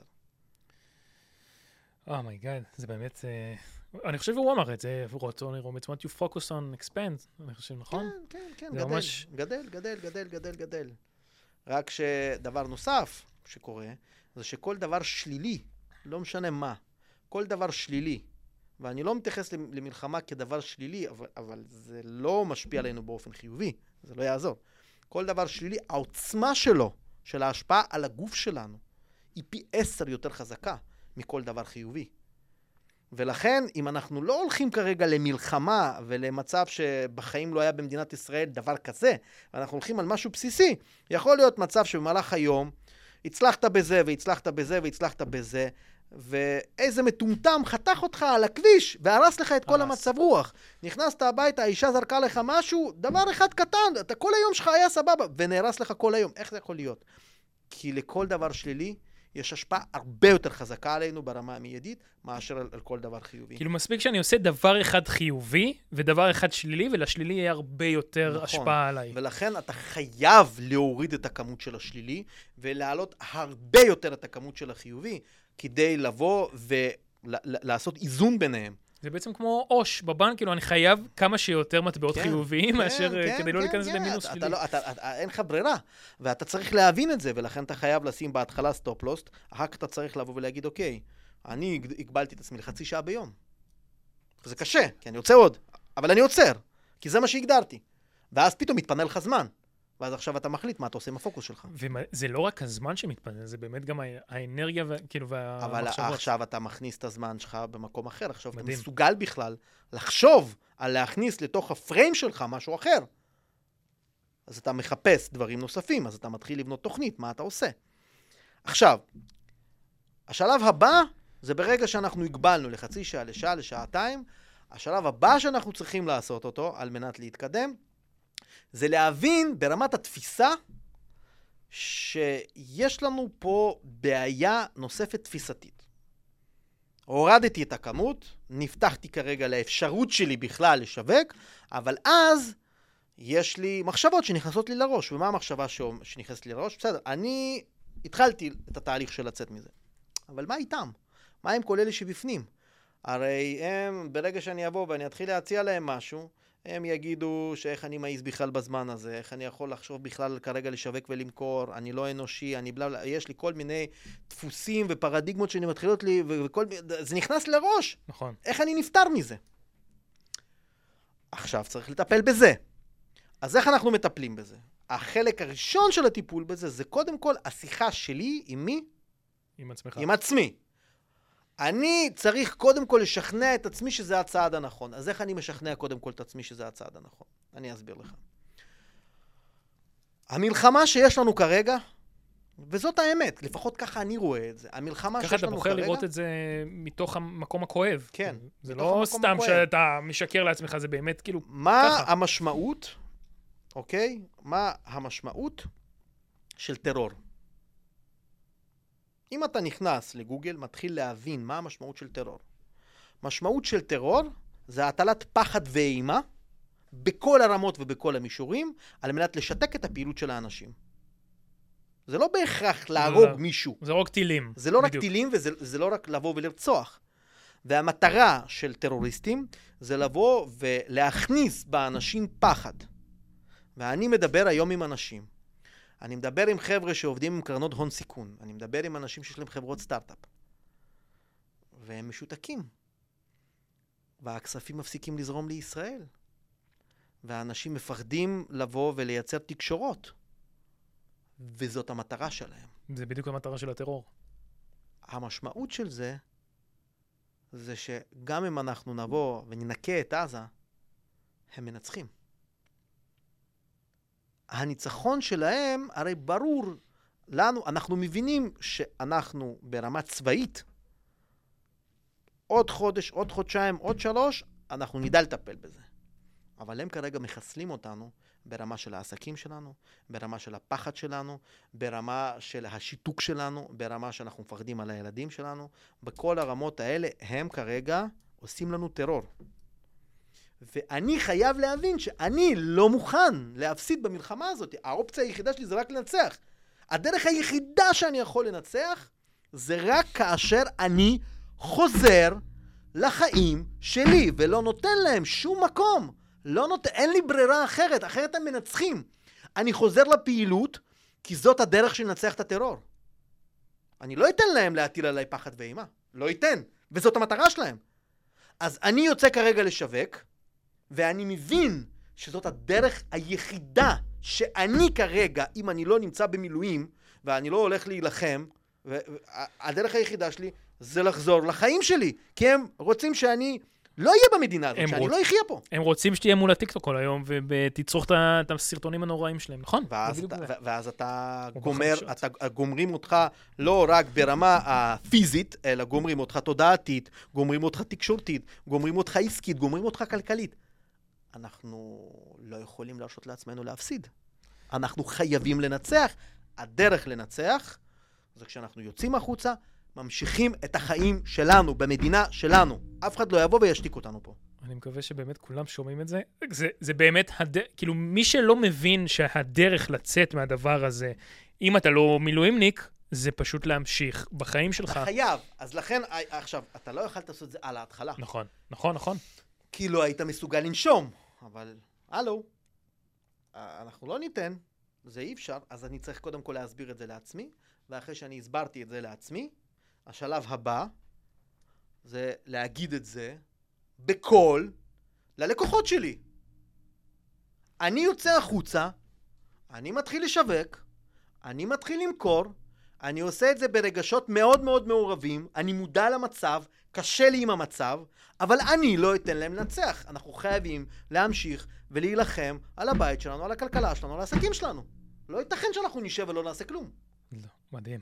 אומייגאד, זה באמת... אני חושב שהוא אמר את זה, טוני רובינס, what you focus on expand, אני חושב, נכון? כן, כן, כן, גדל, גדל, גדל, גדל, גדל, גדל. רק שדבר נוסף שקורה, זה שכל דבר שלילי, לא משנה מה, כל דבר שלילי, ואני לא מתייחס למלחמה כדבר שלילי, אבל, אבל זה לא משפיע עלינו באופן חיובי, זה לא יעזור. כל דבר שלילי, העוצמה שלו, של ההשפעה על הגוף שלנו, היא פי עשר יותר חזקה מכל דבר חיובי. ולכן, אם אנחנו לא הולכים כרגע למלחמה ולמצב שבחיים לא היה במדינת ישראל דבר כזה, ואנחנו הולכים על משהו בסיסי, יכול להיות מצב שבמהלך היום הצלחת בזה והצלחת בזה והצלחת בזה, ואיזה מטומטם חתך אותך על הכביש והרס לך את כל המצב רוח. נכנסת הביתה, האישה זרקה לך משהו, דבר אחד קטן, אתה כל היום שלך היה סבבה, ונהרס לך כל היום. איך זה יכול להיות? כי לכל דבר שלילי, יש השפעה הרבה יותר חזקה עלינו ברמה המיידית, מאשר על, על כל דבר חיובי. כאילו מספיק שאני עושה דבר אחד חיובי, ודבר אחד שלילי, ולשלילי יהיה הרבה יותר נכון. השפעה עליי. ולכן אתה חייב להוריד את הכמות של השלילי, ולהעלות הרבה יותר את הכמות של החיובי, כדי לבוא ולעשות איזון ביניהם. זה בעצם כמו עוש בבנק, כאילו אני חייב כמה שיותר מטבעות כן, חיוביים, כן, מאשר כן, כדי כן, לא להיכנס כן, למינוס אתה, שלילי. אתה, אתה, אתה, אין לך ברירה, ואתה צריך להבין את זה, ולכן אתה חייב לשים בהתחלה סטופ לוסט, אחר כך אתה צריך לבוא ולהגיד, אוקיי, אני הגבלתי את עצמי לחצי שעה ביום. וזה קשה, כי אני יוצא עוד, אבל אני עוצר, כי זה מה שהגדרתי. ואז פתאום מתפנה לך זמן. ואז עכשיו אתה מחליט מה אתה עושה עם הפוקוס שלך. וזה לא רק הזמן שמתפנה, זה באמת גם האנרגיה כאילו והמחשבות. אבל עכשיו אתה מכניס את הזמן שלך במקום אחר, עכשיו אתה מסוגל בכלל לחשוב על להכניס לתוך הפריים שלך משהו אחר. אז אתה מחפש דברים נוספים, אז אתה מתחיל לבנות תוכנית, מה אתה עושה. עכשיו, השלב הבא זה ברגע שאנחנו הגבלנו לחצי שעה, לשעה, לשעתיים, השלב הבא שאנחנו צריכים לעשות אותו על מנת להתקדם, זה להבין ברמת התפיסה שיש לנו פה בעיה נוספת תפיסתית. הורדתי את הכמות, נפתחתי כרגע לאפשרות שלי בכלל לשווק, אבל אז יש לי מחשבות שנכנסות לי לראש. ומה המחשבה שנכנסת לי לראש? בסדר, אני התחלתי את התהליך של לצאת מזה. אבל מה איתם? מה עם כל אלה שבפנים? הרי הם, ברגע שאני אבוא ואני אתחיל להציע להם משהו, הם יגידו שאיך אני מעיז בכלל בזמן הזה, איך אני יכול לחשוב בכלל כרגע לשווק ולמכור, אני לא אנושי, אני בלה, יש לי כל מיני דפוסים ופרדיגמות שאני מתחילות לי, וכל, זה נכנס לראש. נכון. איך אני נפטר מזה? עכשיו צריך לטפל בזה. אז איך אנחנו מטפלים בזה? החלק הראשון של הטיפול בזה, זה קודם כל השיחה שלי עם מי? עם עצמך. עם עצמי. אני צריך קודם כל לשכנע את עצמי שזה הצעד הנכון. אז איך אני משכנע קודם כל את עצמי שזה הצעד הנכון? אני אסביר לך. המלחמה שיש לנו כרגע וזאת האמת, לפחות ככה אני רואה את זה. המלחמה שיש לנו כרגע... ככה אתה בוחר לראות את זה מתוך המקום הכואב. כן. זה לא סתם שאתה משקר לעצמך, זה באמת כאילו מה המשמעות, אוקיי? מה המשמעות של טרור? אם אתה נכנס לגוגל, מתחיל להבין מה המשמעות של טרור. משמעות של טרור זה הטלת פחד ואימה בכל הרמות ובכל המישורים, על מנת לשתק את הפעילות של האנשים. זה לא בהכרח להרוג לא, מישהו. זה רק טילים. זה לא בדיוק. רק טילים וזה זה לא רק לבוא ולרצוח. והמטרה של טרוריסטים זה לבוא ולהכניס באנשים פחד. ואני מדבר היום עם אנשים. אני מדבר עם חבר'ה שעובדים עם קרנות הון סיכון. אני מדבר עם אנשים שיש להם חברות סטארט-אפ. והם משותקים. והכספים מפסיקים לזרום לישראל. והאנשים מפחדים לבוא ולייצר תקשורות. וזאת המטרה שלהם. זה בדיוק המטרה של הטרור. המשמעות של זה, זה שגם אם אנחנו נבוא וננקה את עזה, הם מנצחים. הניצחון שלהם, הרי ברור לנו, אנחנו מבינים שאנחנו ברמה צבאית, עוד חודש, עוד חודשיים, עוד שלוש, אנחנו נדע לטפל בזה. אבל הם כרגע מחסלים אותנו ברמה של העסקים שלנו, ברמה של הפחד שלנו, ברמה של השיתוק שלנו, ברמה שאנחנו מפחדים על הילדים שלנו. בכל הרמות האלה הם כרגע עושים לנו טרור. ואני חייב להבין שאני לא מוכן להפסיד במלחמה הזאת. האופציה היחידה שלי זה רק לנצח. הדרך היחידה שאני יכול לנצח זה רק כאשר אני חוזר לחיים שלי ולא נותן להם שום מקום. לא נות... אין לי ברירה אחרת, אחרת הם מנצחים. אני חוזר לפעילות, כי זאת הדרך של לנצח את הטרור. אני לא אתן להם להטיל עליי פחד ואימה. לא אתן. וזאת המטרה שלהם. אז אני יוצא כרגע לשווק, ואני מבין שזאת הדרך היחידה שאני כרגע, אם אני לא נמצא במילואים, ואני לא הולך להילחם, והדרך היחידה שלי זה לחזור לחיים שלי. כי הם רוצים שאני... לא יהיה במדינה הזאת, שאני רוצ... לא אחיה פה. הם רוצים שתהיה מול הטיקטוק כל היום, ותצרוך את הסרטונים הנוראים שלהם, נכון? ואז, אתה, ואז אתה גומר, אתה גומרים אותך לא רק ברמה הפיזית, אלא גומרים אותך תודעתית, גומרים אותך תקשורתית, גומרים אותך עסקית, גומרים אותך כלכלית. אנחנו לא יכולים להרשות לעצמנו להפסיד. אנחנו חייבים לנצח. הדרך לנצח זה כשאנחנו יוצאים החוצה, ממשיכים את החיים שלנו, במדינה שלנו. אף אחד לא יבוא וישתיק אותנו פה. אני מקווה שבאמת כולם שומעים את זה. זה, זה באמת, הד... כאילו, מי שלא מבין שהדרך לצאת מהדבר הזה, אם אתה לא מילואימניק, זה פשוט להמשיך בחיים שלך. אתה חייב. אז לכן, עכשיו, אתה לא יכול לעשות את זה על ההתחלה. נכון, נכון, נכון. כי לא היית מסוגל לנשום. אבל, הלו, אנחנו לא ניתן, זה אי אפשר, אז אני צריך קודם כל להסביר את זה לעצמי, ואחרי שאני הסברתי את זה לעצמי, השלב הבא זה להגיד את זה בקול ללקוחות שלי. אני יוצא החוצה, אני מתחיל לשווק, אני מתחיל למכור, אני עושה את זה ברגשות מאוד מאוד מעורבים, אני מודע למצב, קשה לי עם המצב, אבל אני לא אתן להם לנצח. אנחנו חייבים להמשיך ולהילחם על הבית שלנו, על הכלכלה שלנו, על העסקים שלנו. לא ייתכן שאנחנו נשב ולא נעשה כלום. לא, מדהים.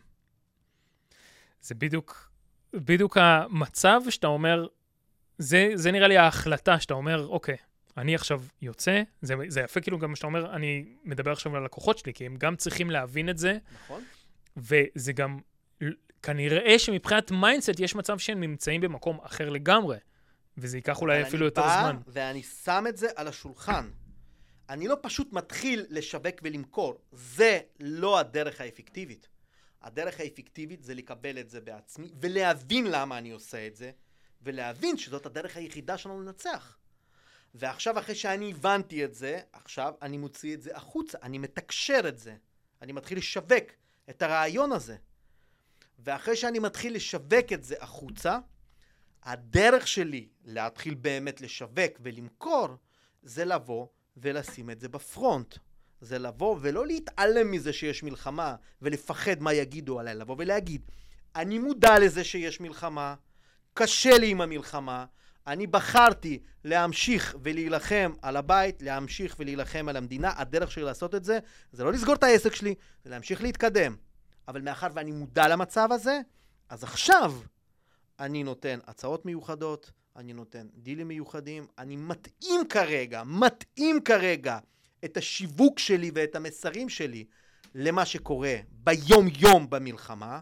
זה בדיוק, בדיוק המצב שאתה אומר, זה, זה נראה לי ההחלטה שאתה אומר, אוקיי, אני עכשיו יוצא, זה, זה יפה כאילו גם שאתה אומר, אני מדבר עכשיו על הלקוחות שלי, כי הם גם צריכים להבין את זה. נכון. וזה גם, כנראה שמבחינת מיינדסט יש מצב שהם נמצאים במקום אחר לגמרי, וזה ייקח אולי אפילו יותר זמן. אני בא ואני שם את זה על השולחן. אני לא פשוט מתחיל לשווק ולמכור. זה לא הדרך האפקטיבית. הדרך האפקטיבית זה לקבל את זה בעצמי, ולהבין למה אני עושה את זה, ולהבין שזאת הדרך היחידה שלנו לנצח. ועכשיו, אחרי שאני הבנתי את זה, עכשיו אני מוציא את זה החוצה, אני מתקשר את זה. אני מתחיל לשווק את הרעיון הזה. ואחרי שאני מתחיל לשווק את זה החוצה, הדרך שלי להתחיל באמת לשווק ולמכור, זה לבוא ולשים את זה בפרונט. זה לבוא ולא להתעלם מזה שיש מלחמה ולפחד מה יגידו עליי, לבוא ולהגיד, אני מודע לזה שיש מלחמה, קשה לי עם המלחמה, אני בחרתי להמשיך ולהילחם על הבית, להמשיך ולהילחם על המדינה, הדרך שלי לעשות את זה, זה לא לסגור את העסק שלי, זה להמשיך להתקדם. אבל מאחר ואני מודע למצב הזה, אז עכשיו אני נותן הצעות מיוחדות, אני נותן דילים מיוחדים, אני מתאים כרגע, מתאים כרגע את השיווק שלי ואת המסרים שלי למה שקורה ביום יום במלחמה.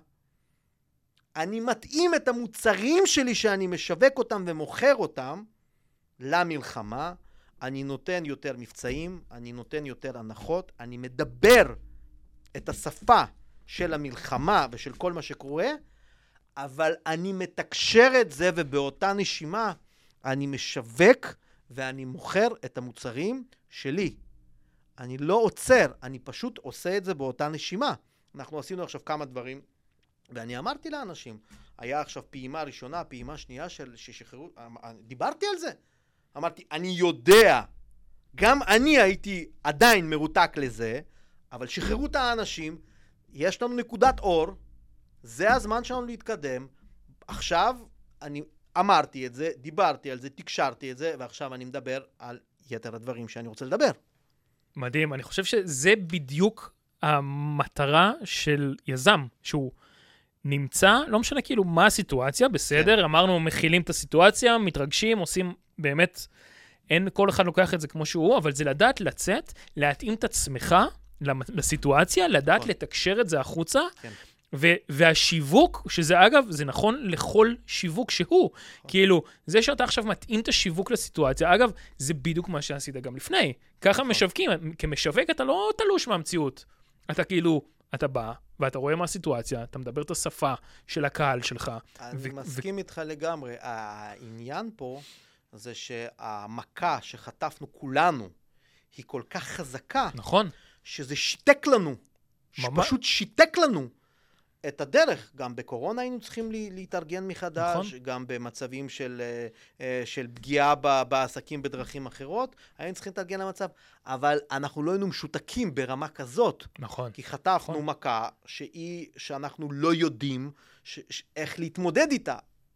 אני מתאים את המוצרים שלי שאני משווק אותם ומוכר אותם למלחמה. אני נותן יותר מבצעים, אני נותן יותר הנחות, אני מדבר את השפה של המלחמה ושל כל מה שקורה, אבל אני מתקשר את זה, ובאותה נשימה אני משווק ואני מוכר את המוצרים שלי. אני לא עוצר, אני פשוט עושה את זה באותה נשימה. אנחנו עשינו עכשיו כמה דברים, ואני אמרתי לאנשים, היה עכשיו פעימה ראשונה, פעימה שנייה של ששחררו, דיברתי על זה. אמרתי, אני יודע, גם אני הייתי עדיין מרותק לזה, אבל שחררו את האנשים, יש לנו נקודת אור, זה הזמן שלנו להתקדם. עכשיו אני אמרתי את זה, דיברתי על זה, תקשרתי את זה, ועכשיו אני מדבר על יתר הדברים שאני רוצה לדבר. מדהים, אני חושב שזה בדיוק המטרה של יזם, שהוא נמצא, לא משנה כאילו מה הסיטואציה, בסדר, כן. אמרנו, מכילים את הסיטואציה, מתרגשים, עושים באמת, אין כל אחד לוקח את זה כמו שהוא, אבל זה לדעת לצאת, להתאים את עצמך לסיטואציה, לדעת נכון. לתקשר את זה החוצה, כן. ו- והשיווק, שזה אגב, זה נכון לכל שיווק שהוא. נכון. כאילו, זה שאתה עכשיו מתאים את השיווק לסיטואציה, אגב, זה בדיוק מה שעשית גם לפני. ככה נכון. משווקים, כמשווק אתה לא תלוש מהמציאות. אתה כאילו, אתה בא, ואתה רואה מה הסיטואציה, אתה מדבר את השפה של הקהל שלך. אני ו- מסכים ו- איתך לגמרי. העניין פה זה שהמכה שחטפנו כולנו, היא כל כך חזקה. נכון. שזה שיתק לנו. ממש. שפשוט שיתק לנו. את הדרך, גם בקורונה היינו צריכים להתארגן מחדש, נכון. גם במצבים של, של פגיעה בעסקים בדרכים אחרות, היינו צריכים להתארגן למצב, אבל אנחנו לא היינו משותקים ברמה כזאת, נכון. כי חטפנו נכון. מכה שהיא, שאנחנו לא יודעים ש, ש, איך להתמודד איתה,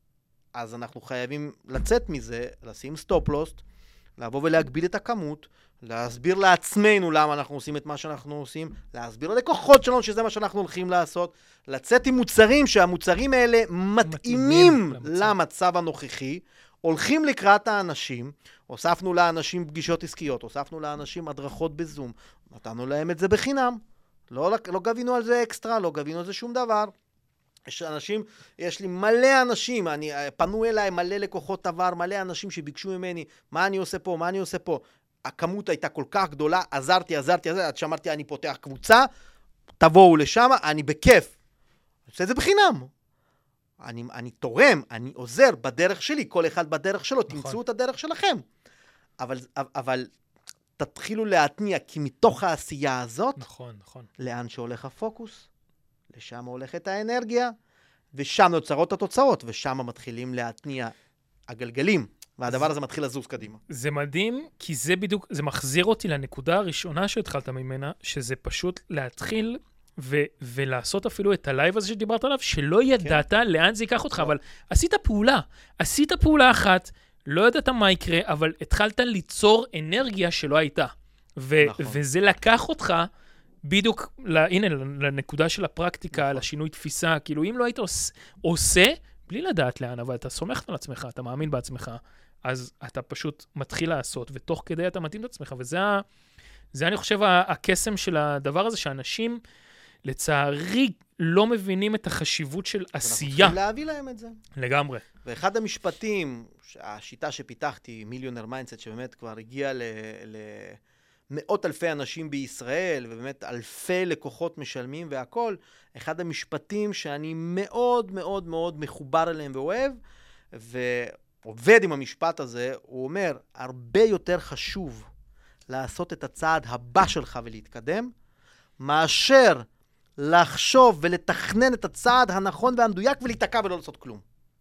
אז אנחנו חייבים לצאת מזה, לשים סטופ-לוסט, לבוא ולהגביל את הכמות, להסביר לעצמנו למה אנחנו עושים את מה שאנחנו עושים, להסביר ללקוחות שלנו שזה מה שאנחנו הולכים לעשות, לצאת עם מוצרים שהמוצרים האלה מתאימים למצב הנוכחי, הולכים לקראת האנשים, הוספנו לאנשים פגישות עסקיות, הוספנו לאנשים הדרכות בזום, נתנו להם את זה בחינם, לא, לא גבינו על זה אקסטרה, לא גבינו על זה שום דבר. יש אנשים, יש לי מלא אנשים, אני, פנו אליי מלא לקוחות עבר, מלא אנשים שביקשו ממני, מה אני עושה פה, מה אני עושה פה. הכמות הייתה כל כך גדולה, עזרתי, עזרתי, עזרתי, עד שאמרתי, אני פותח קבוצה, תבואו לשם, אני בכיף. אני עושה את זה בחינם. אני, אני תורם, אני עוזר בדרך שלי, כל אחד בדרך שלו, נכון. תמצאו את הדרך שלכם. אבל, אבל תתחילו להתניע, כי מתוך העשייה הזאת, נכון, נכון. לאן שהולך הפוקוס, לשם הולכת האנרגיה, ושם נוצרות התוצאות, ושם מתחילים להתניע הגלגלים. והדבר הזה מתחיל לזוז קדימה. זה מדהים, כי זה בדיוק, זה מחזיר אותי לנקודה הראשונה שהתחלת ממנה, שזה פשוט להתחיל ו- ולעשות אפילו את הלייב הזה שדיברת עליו, שלא ידעת כן. לאן זה ייקח אותך, אבל עשית פעולה. עשית פעולה אחת, לא ידעת מה יקרה, אבל התחלת ליצור אנרגיה שלא הייתה. ו- נכון. וזה לקח אותך בדיוק, לה, הנה, לנקודה של הפרקטיקה, נכון. לשינוי תפיסה, כאילו אם לא היית עוש, עושה, בלי לדעת לאן, אבל אתה סומך על עצמך, אתה מאמין בעצמך, אז אתה פשוט מתחיל לעשות, ותוך כדי אתה מתאים את עצמך, וזה, זה אני חושב, הקסם של הדבר הזה, שאנשים, לצערי, לא מבינים את החשיבות של עשייה. אנחנו צריכים להביא להם את זה. לגמרי. ואחד המשפטים, השיטה שפיתחתי, מיליונר מיינדסט, שבאמת כבר הגיע ל... ל... מאות אלפי אנשים בישראל, ובאמת אלפי לקוחות משלמים והכל, אחד המשפטים שאני מאוד מאוד מאוד מחובר אליהם ואוהב, ועובד עם המשפט הזה, הוא אומר, הרבה יותר חשוב לעשות את הצעד הבא שלך ולהתקדם, מאשר לחשוב ולתכנן את הצעד הנכון והמדויק ולהתעקע ולא לעשות כלום.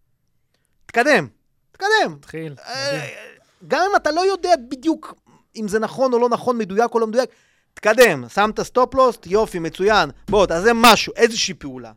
תקדם, תקדם. תחיל. גם אם אתה לא יודע בדיוק אם זה נכון או לא נכון, מדויק או לא מדויק, תקדם, שמת סטופ-לוסט, יופי, מצוין, בוא, תעשה משהו, איזושהי פעולה.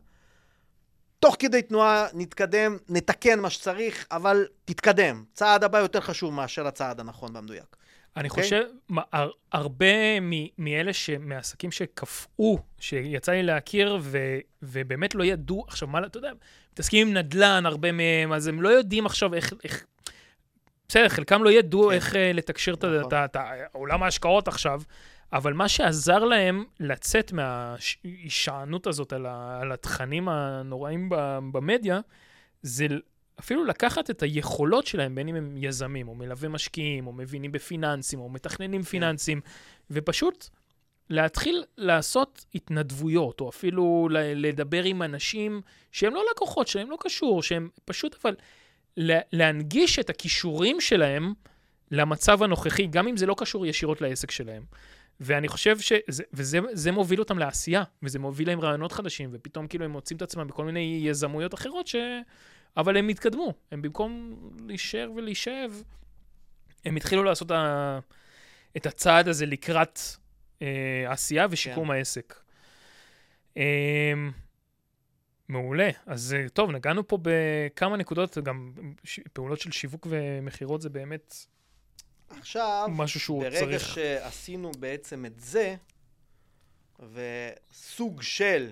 תוך כדי תנועה נתקדם, נתקן מה שצריך, אבל תתקדם. צעד הבא יותר חשוב מאשר הצעד הנכון והמדויק. אני חושב, הר, הרבה מ- מאלה ש... מהעסקים שקפאו, שיצא לי להכיר, ו... ובאמת לא ידעו, עכשיו מה, אתה יודע, מתעסקים עם נדל"ן, הרבה מהם, אז הם לא יודעים עכשיו איך... איך... בסדר, חלקם לא ידעו כן. איך uh, לתקשר נכון. את עולם ההשקעות עכשיו, אבל מה שעזר להם לצאת מההישענות הזאת על, ה... על התכנים הנוראים במדיה, זה... אפילו לקחת את היכולות שלהם, בין אם הם יזמים, או מלווה משקיעים, או מבינים בפיננסים, או מתכננים פיננסים, ופשוט להתחיל לעשות התנדבויות, או אפילו לדבר עם אנשים שהם לא לקוחות, שהם לא קשור, שהם פשוט אבל להנגיש את הכישורים שלהם למצב הנוכחי, גם אם זה לא קשור ישירות לעסק שלהם. ואני חושב שזה, וזה, זה מוביל אותם לעשייה, וזה מוביל להם רעיונות חדשים, ופתאום כאילו הם מוצאים את עצמם בכל מיני יזמויות אחרות ש... אבל הם התקדמו, הם במקום להישאר ולהישאב, הם התחילו לעשות ה... את הצעד הזה לקראת אה, עשייה ושיקום כן. העסק. אה, מעולה. אז טוב, נגענו פה בכמה נקודות, גם ש... פעולות של שיווק ומחירות זה באמת עכשיו, משהו שהוא ברגע צריך. שעשינו בעצם את זה, וסוג של...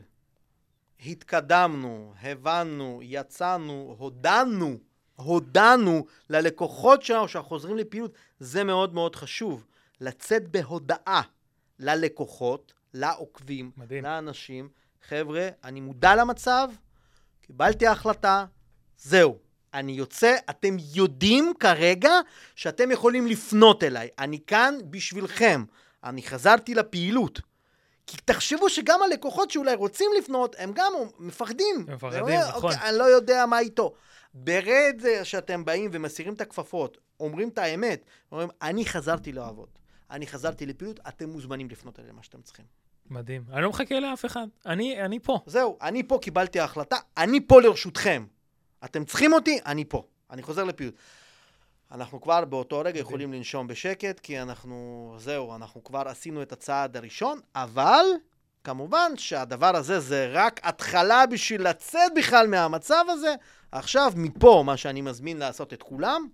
התקדמנו, הבנו, יצאנו, הודענו, הודענו ללקוחות שלנו שחוזרים לפעילות, זה מאוד מאוד חשוב. לצאת בהודעה ללקוחות, לעוקבים, מדהים. לאנשים. חבר'ה, אני מודע למצב, קיבלתי ההחלטה, זהו. אני יוצא, אתם יודעים כרגע שאתם יכולים לפנות אליי. אני כאן בשבילכם. אני חזרתי לפעילות. כי תחשבו שגם הלקוחות שאולי רוצים לפנות, הם גם מפחדים. הם מפחדים, נכון. אוקיי, אני לא יודע מה איתו. ברגע שאתם באים ומסירים את הכפפות, אומרים את האמת, אומרים, אני חזרתי לעבוד, אני חזרתי לפעילות, אתם מוזמנים לפנות אליהם מה שאתם צריכים. מדהים. אני לא מחכה לאף אחד. אני, אני פה. זהו, אני פה קיבלתי ההחלטה, אני פה לרשותכם. אתם צריכים אותי, אני פה. אני חוזר לפעילות. אנחנו כבר באותו רגע יכולים לנשום בשקט, כי אנחנו, זהו, אנחנו כבר עשינו את הצעד הראשון, אבל כמובן שהדבר הזה זה רק התחלה בשביל לצאת בכלל מהמצב הזה. עכשיו, מפה, מה שאני מזמין לעשות את כולם,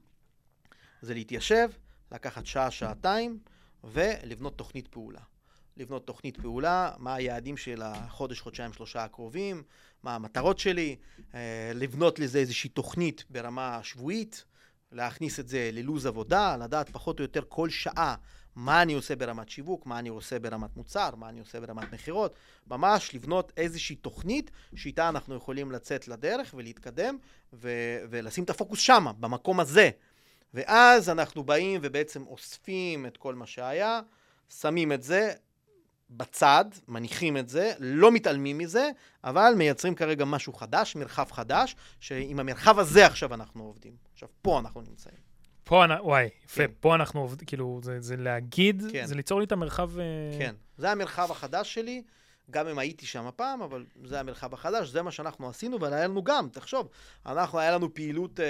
זה להתיישב, לקחת שעה, שעתיים, ולבנות תוכנית פעולה. לבנות תוכנית פעולה, מה היעדים של החודש, חודשיים, שלושה הקרובים, מה המטרות שלי, לבנות לזה איזושהי תוכנית ברמה שבועית, להכניס את זה ללוז עבודה, לדעת פחות או יותר כל שעה מה אני עושה ברמת שיווק, מה אני עושה ברמת מוצר, מה אני עושה ברמת מחירות, ממש לבנות איזושהי תוכנית שאיתה אנחנו יכולים לצאת לדרך ולהתקדם ו- ולשים את הפוקוס שמה, במקום הזה. ואז אנחנו באים ובעצם אוספים את כל מה שהיה, שמים את זה בצד, מניחים את זה, לא מתעלמים מזה, אבל מייצרים כרגע משהו חדש, מרחב חדש, שעם המרחב הזה עכשיו אנחנו עובדים. עכשיו, פה אנחנו נמצאים. פה, וואי, יפה, כן. פה אנחנו עובדים, כאילו, זה, זה להגיד, כן. זה ליצור לי את המרחב... כן, זה המרחב החדש שלי, גם אם הייתי שם הפעם, אבל זה המרחב החדש, זה מה שאנחנו עשינו, והיה לנו גם, תחשוב, אנחנו, היה לנו פעילות אה,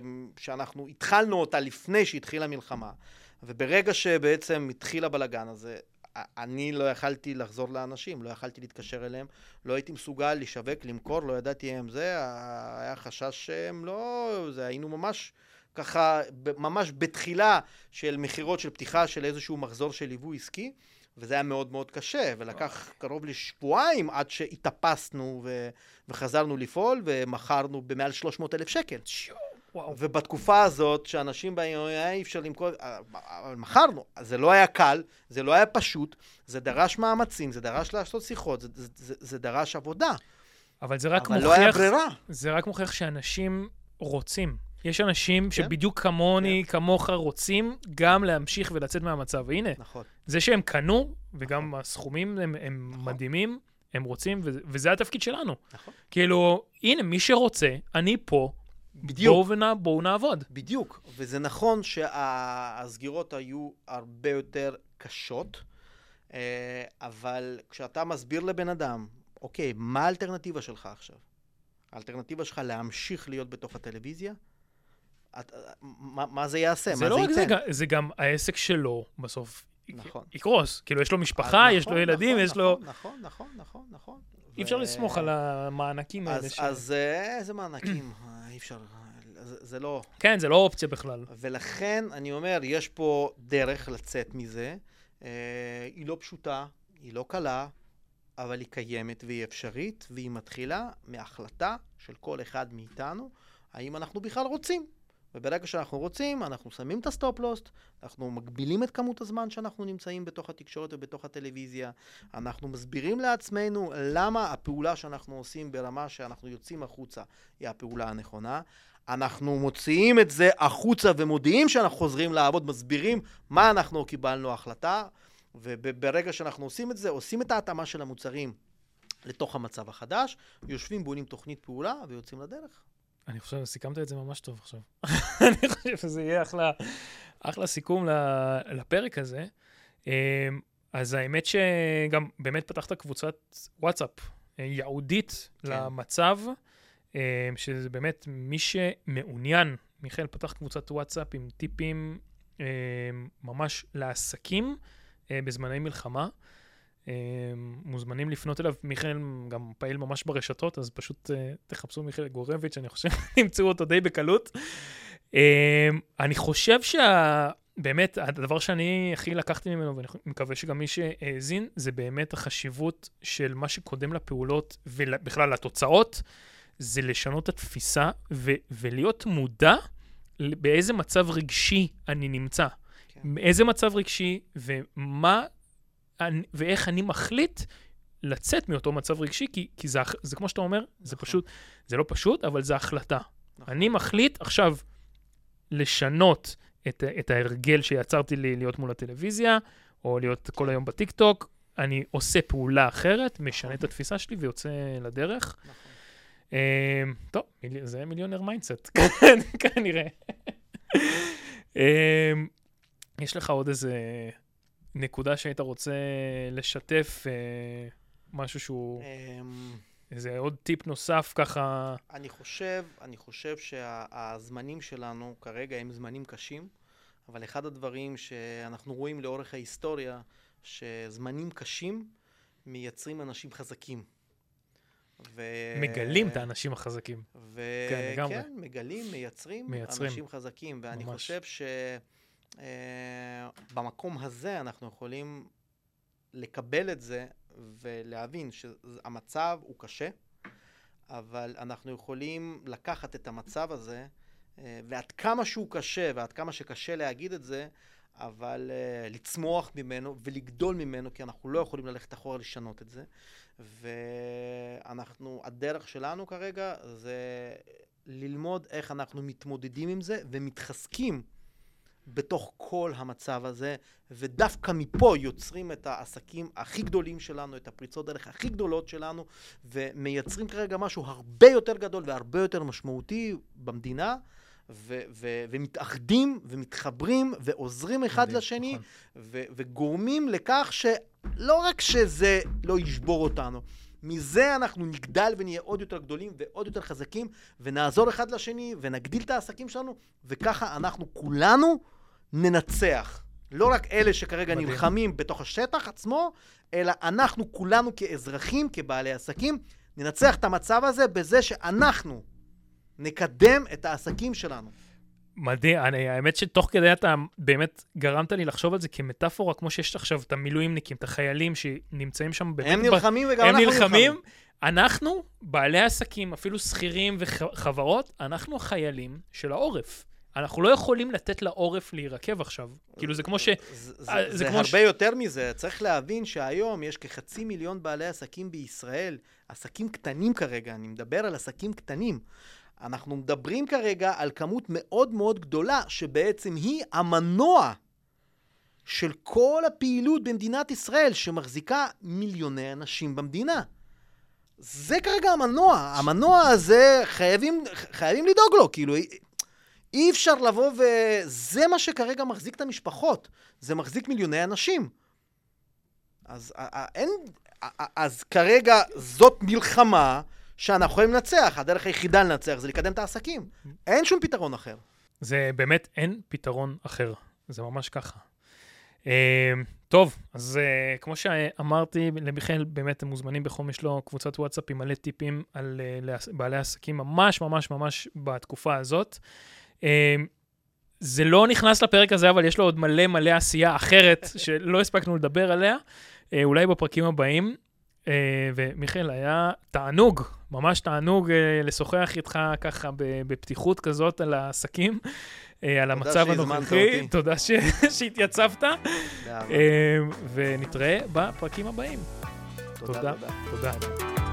שאנחנו התחלנו אותה לפני שהתחילה מלחמה, וברגע שבעצם התחיל הבלגן הזה, אני לא יכלתי לחזור לאנשים, לא יכלתי להתקשר אליהם, לא הייתי מסוגל לשווק, למכור, לא ידעתי הם זה, היה חשש שהם לא, זה היינו ממש ככה, ממש בתחילה של מחירות של פתיחה של איזשהו מחזור של ליווי עסקי, וזה היה מאוד מאוד קשה, ולקח קרוב לשבועיים עד שהתאפסנו ו- וחזרנו לפעול, ומכרנו במעל שלוש מאות אלף שקל. וואו. ובתקופה הזאת, שאנשים באים, אי אפשר למכור, אבל מכרנו. זה לא היה קל, זה לא היה פשוט, זה דרש מאמצים, זה דרש לעשות שיחות, זה, זה, זה, זה דרש עבודה. אבל זה רק אבל מוכיח... לא היה ברירה. זה רק מוכיח שאנשים רוצים. יש אנשים כן? שבדיוק כמוני, כן. כמוך, רוצים גם להמשיך ולצאת מהמצב. והנה, נכון. זה שהם קנו, וגם נכון. הסכומים הם, הם נכון. מדהימים, הם רוצים, ו- וזה התפקיד שלנו. נכון. כאילו, הנה, מי שרוצה, אני פה, בדיוק. בואו, ונה, בואו נעבוד. בדיוק, וזה נכון שהסגירות היו הרבה יותר קשות, אבל כשאתה מסביר לבן אדם, אוקיי, מה האלטרנטיבה שלך עכשיו? האלטרנטיבה שלך להמשיך להיות בתוך הטלוויזיה? את, מה, מה זה יעשה? זה מה לא זה רק ייתן? זה, זה גם העסק שלו בסוף. נכון. יקרוס. כאילו, יש לו משפחה, נכון, יש לו ילדים, נכון, יש לו... נכון, נכון, נכון, נכון. אי אפשר לסמוך על המענקים האלה. אז, אז איזה מענקים? אי אפשר... זה, זה לא... כן, זה לא אופציה בכלל. ולכן, אני אומר, יש פה דרך לצאת מזה. אה, היא לא פשוטה, היא לא קלה, אבל היא קיימת והיא אפשרית, והיא מתחילה מהחלטה של כל אחד מאיתנו, האם אנחנו בכלל רוצים. וברגע שאנחנו רוצים, אנחנו שמים את הסטופ-לוסט, אנחנו מגבילים את כמות הזמן שאנחנו נמצאים בתוך התקשורת ובתוך הטלוויזיה, אנחנו מסבירים לעצמנו למה הפעולה שאנחנו עושים ברמה שאנחנו יוצאים החוצה היא הפעולה הנכונה, אנחנו מוציאים את זה החוצה ומודיעים שאנחנו חוזרים לעבוד, מסבירים מה אנחנו קיבלנו החלטה, וברגע שאנחנו עושים את זה, עושים את ההתאמה של המוצרים לתוך המצב החדש, יושבים, בונים תוכנית פעולה ויוצאים לדרך. אני חושב, סיכמת את זה ממש טוב עכשיו. אני חושב שזה יהיה אחלה, אחלה סיכום לפרק הזה. אז האמת שגם באמת פתחת קבוצת וואטסאפ ייעודית כן. למצב, שזה באמת מי שמעוניין, מיכאל פתח קבוצת וואטסאפ עם טיפים ממש לעסקים בזמני מלחמה. מוזמנים לפנות אליו, מיכאל גם פעיל ממש ברשתות, אז פשוט תחפשו מיכאל גורביץ', אני חושב נמצאו אותו די בקלות. אני חושב שבאמת הדבר שאני הכי לקחתי ממנו, ואני מקווה שגם מי שהאזין, זה באמת החשיבות של מה שקודם לפעולות ובכלל לתוצאות, זה לשנות את התפיסה ולהיות מודע באיזה מצב רגשי אני נמצא. באיזה מצב רגשי ומה ואיך אני מחליט לצאת מאותו מצב רגשי, כי, כי זה, זה כמו שאתה אומר, נכון. זה פשוט, זה לא פשוט, אבל זה החלטה. נכון. אני מחליט עכשיו לשנות את, את ההרגל שיצרתי לי להיות מול הטלוויזיה, או להיות כל היום בטיק-טוק, אני עושה פעולה אחרת, משנה נכון. את התפיסה שלי ויוצא לדרך. נכון. אה, טוב, מיל... זה מיליונר מיינדסט, כנראה. אה, יש לך עוד איזה... נקודה שהיית רוצה לשתף, אה, משהו שהוא, איזה עוד טיפ נוסף ככה. אני חושב, אני חושב שהזמנים שלנו כרגע הם זמנים קשים, אבל אחד הדברים שאנחנו רואים לאורך ההיסטוריה, שזמנים קשים מייצרים אנשים חזקים. ו... מגלים את האנשים החזקים. ו... כן, לגמרי. כן, מגלים, מייצרים, מייצרים אנשים חזקים, ואני ממש. חושב ש... Uh, במקום הזה אנחנו יכולים לקבל את זה ולהבין שהמצב הוא קשה, אבל אנחנו יכולים לקחת את המצב הזה, uh, ועד כמה שהוא קשה ועד כמה שקשה להגיד את זה, אבל uh, לצמוח ממנו ולגדול ממנו, כי אנחנו לא יכולים ללכת אחורה לשנות את זה. ואנחנו, הדרך שלנו כרגע זה ללמוד איך אנחנו מתמודדים עם זה ומתחזקים בתוך כל המצב הזה, ודווקא מפה יוצרים את העסקים הכי גדולים שלנו, את הפריצות דרך הכי גדולות שלנו, ומייצרים כרגע משהו הרבה יותר גדול והרבה יותר משמעותי במדינה, ו- ו- ומתאחדים ומתחברים ועוזרים אחד מדהים, לשני, נכון. ו- וגורמים לכך שלא רק שזה לא ישבור אותנו, מזה אנחנו נגדל ונהיה עוד יותר גדולים ועוד יותר חזקים, ונעזור אחד לשני ונגדיל את העסקים שלנו, וככה אנחנו כולנו ננצח. לא רק אלה שכרגע מדהים. נלחמים בתוך השטח עצמו, אלא אנחנו כולנו כאזרחים, כבעלי עסקים, ננצח את המצב הזה בזה שאנחנו נקדם את העסקים שלנו. מדהים, אני, האמת שתוך כדי אתה באמת גרמת לי לחשוב על זה כמטאפורה, כמו שיש עכשיו את המילואימניקים, את החיילים שנמצאים שם. הם נלחמים וגם אנחנו נלחמים. אנחנו, בעלי עסקים, אפילו שכירים וחברות, אנחנו החיילים של העורף. אנחנו לא יכולים לתת לעורף להירקב עכשיו. כאילו זה כמו ש... זה הרבה יותר מזה. צריך להבין שהיום יש כחצי מיליון בעלי עסקים בישראל, עסקים קטנים כרגע, אני מדבר על עסקים קטנים. אנחנו מדברים כרגע על כמות מאוד מאוד גדולה, שבעצם היא המנוע של כל הפעילות במדינת ישראל, שמחזיקה מיליוני אנשים במדינה. זה כרגע המנוע. המנוע הזה חייבים, חייבים לדאוג לו, כאילו, אי אפשר לבוא וזה מה שכרגע מחזיק את המשפחות. זה מחזיק מיליוני אנשים. אז, אין, אז כרגע זאת מלחמה שאנחנו יכולים לנצח. הדרך היחידה לנצח זה לקדם את העסקים. אין שום פתרון אחר. זה באמת אין פתרון אחר. זה ממש ככה. טוב, אז uh, כמו שאמרתי, למיכאל באמת הם מוזמנים בחום, יש לו קבוצת וואטסאפ עם מלא טיפים על uh, בעלי עסקים ממש ממש ממש בתקופה הזאת. Uh, זה לא נכנס לפרק הזה, אבל יש לו עוד מלא מלא עשייה אחרת שלא הספקנו לדבר עליה, uh, אולי בפרקים הבאים. Uh, ומיכאל, היה תענוג, ממש תענוג uh, לשוחח איתך ככה בפתיחות כזאת על העסקים. על המצב הנוכחי, תודה שהתייצבת, ונתראה בפרקים הבאים. תודה, תודה.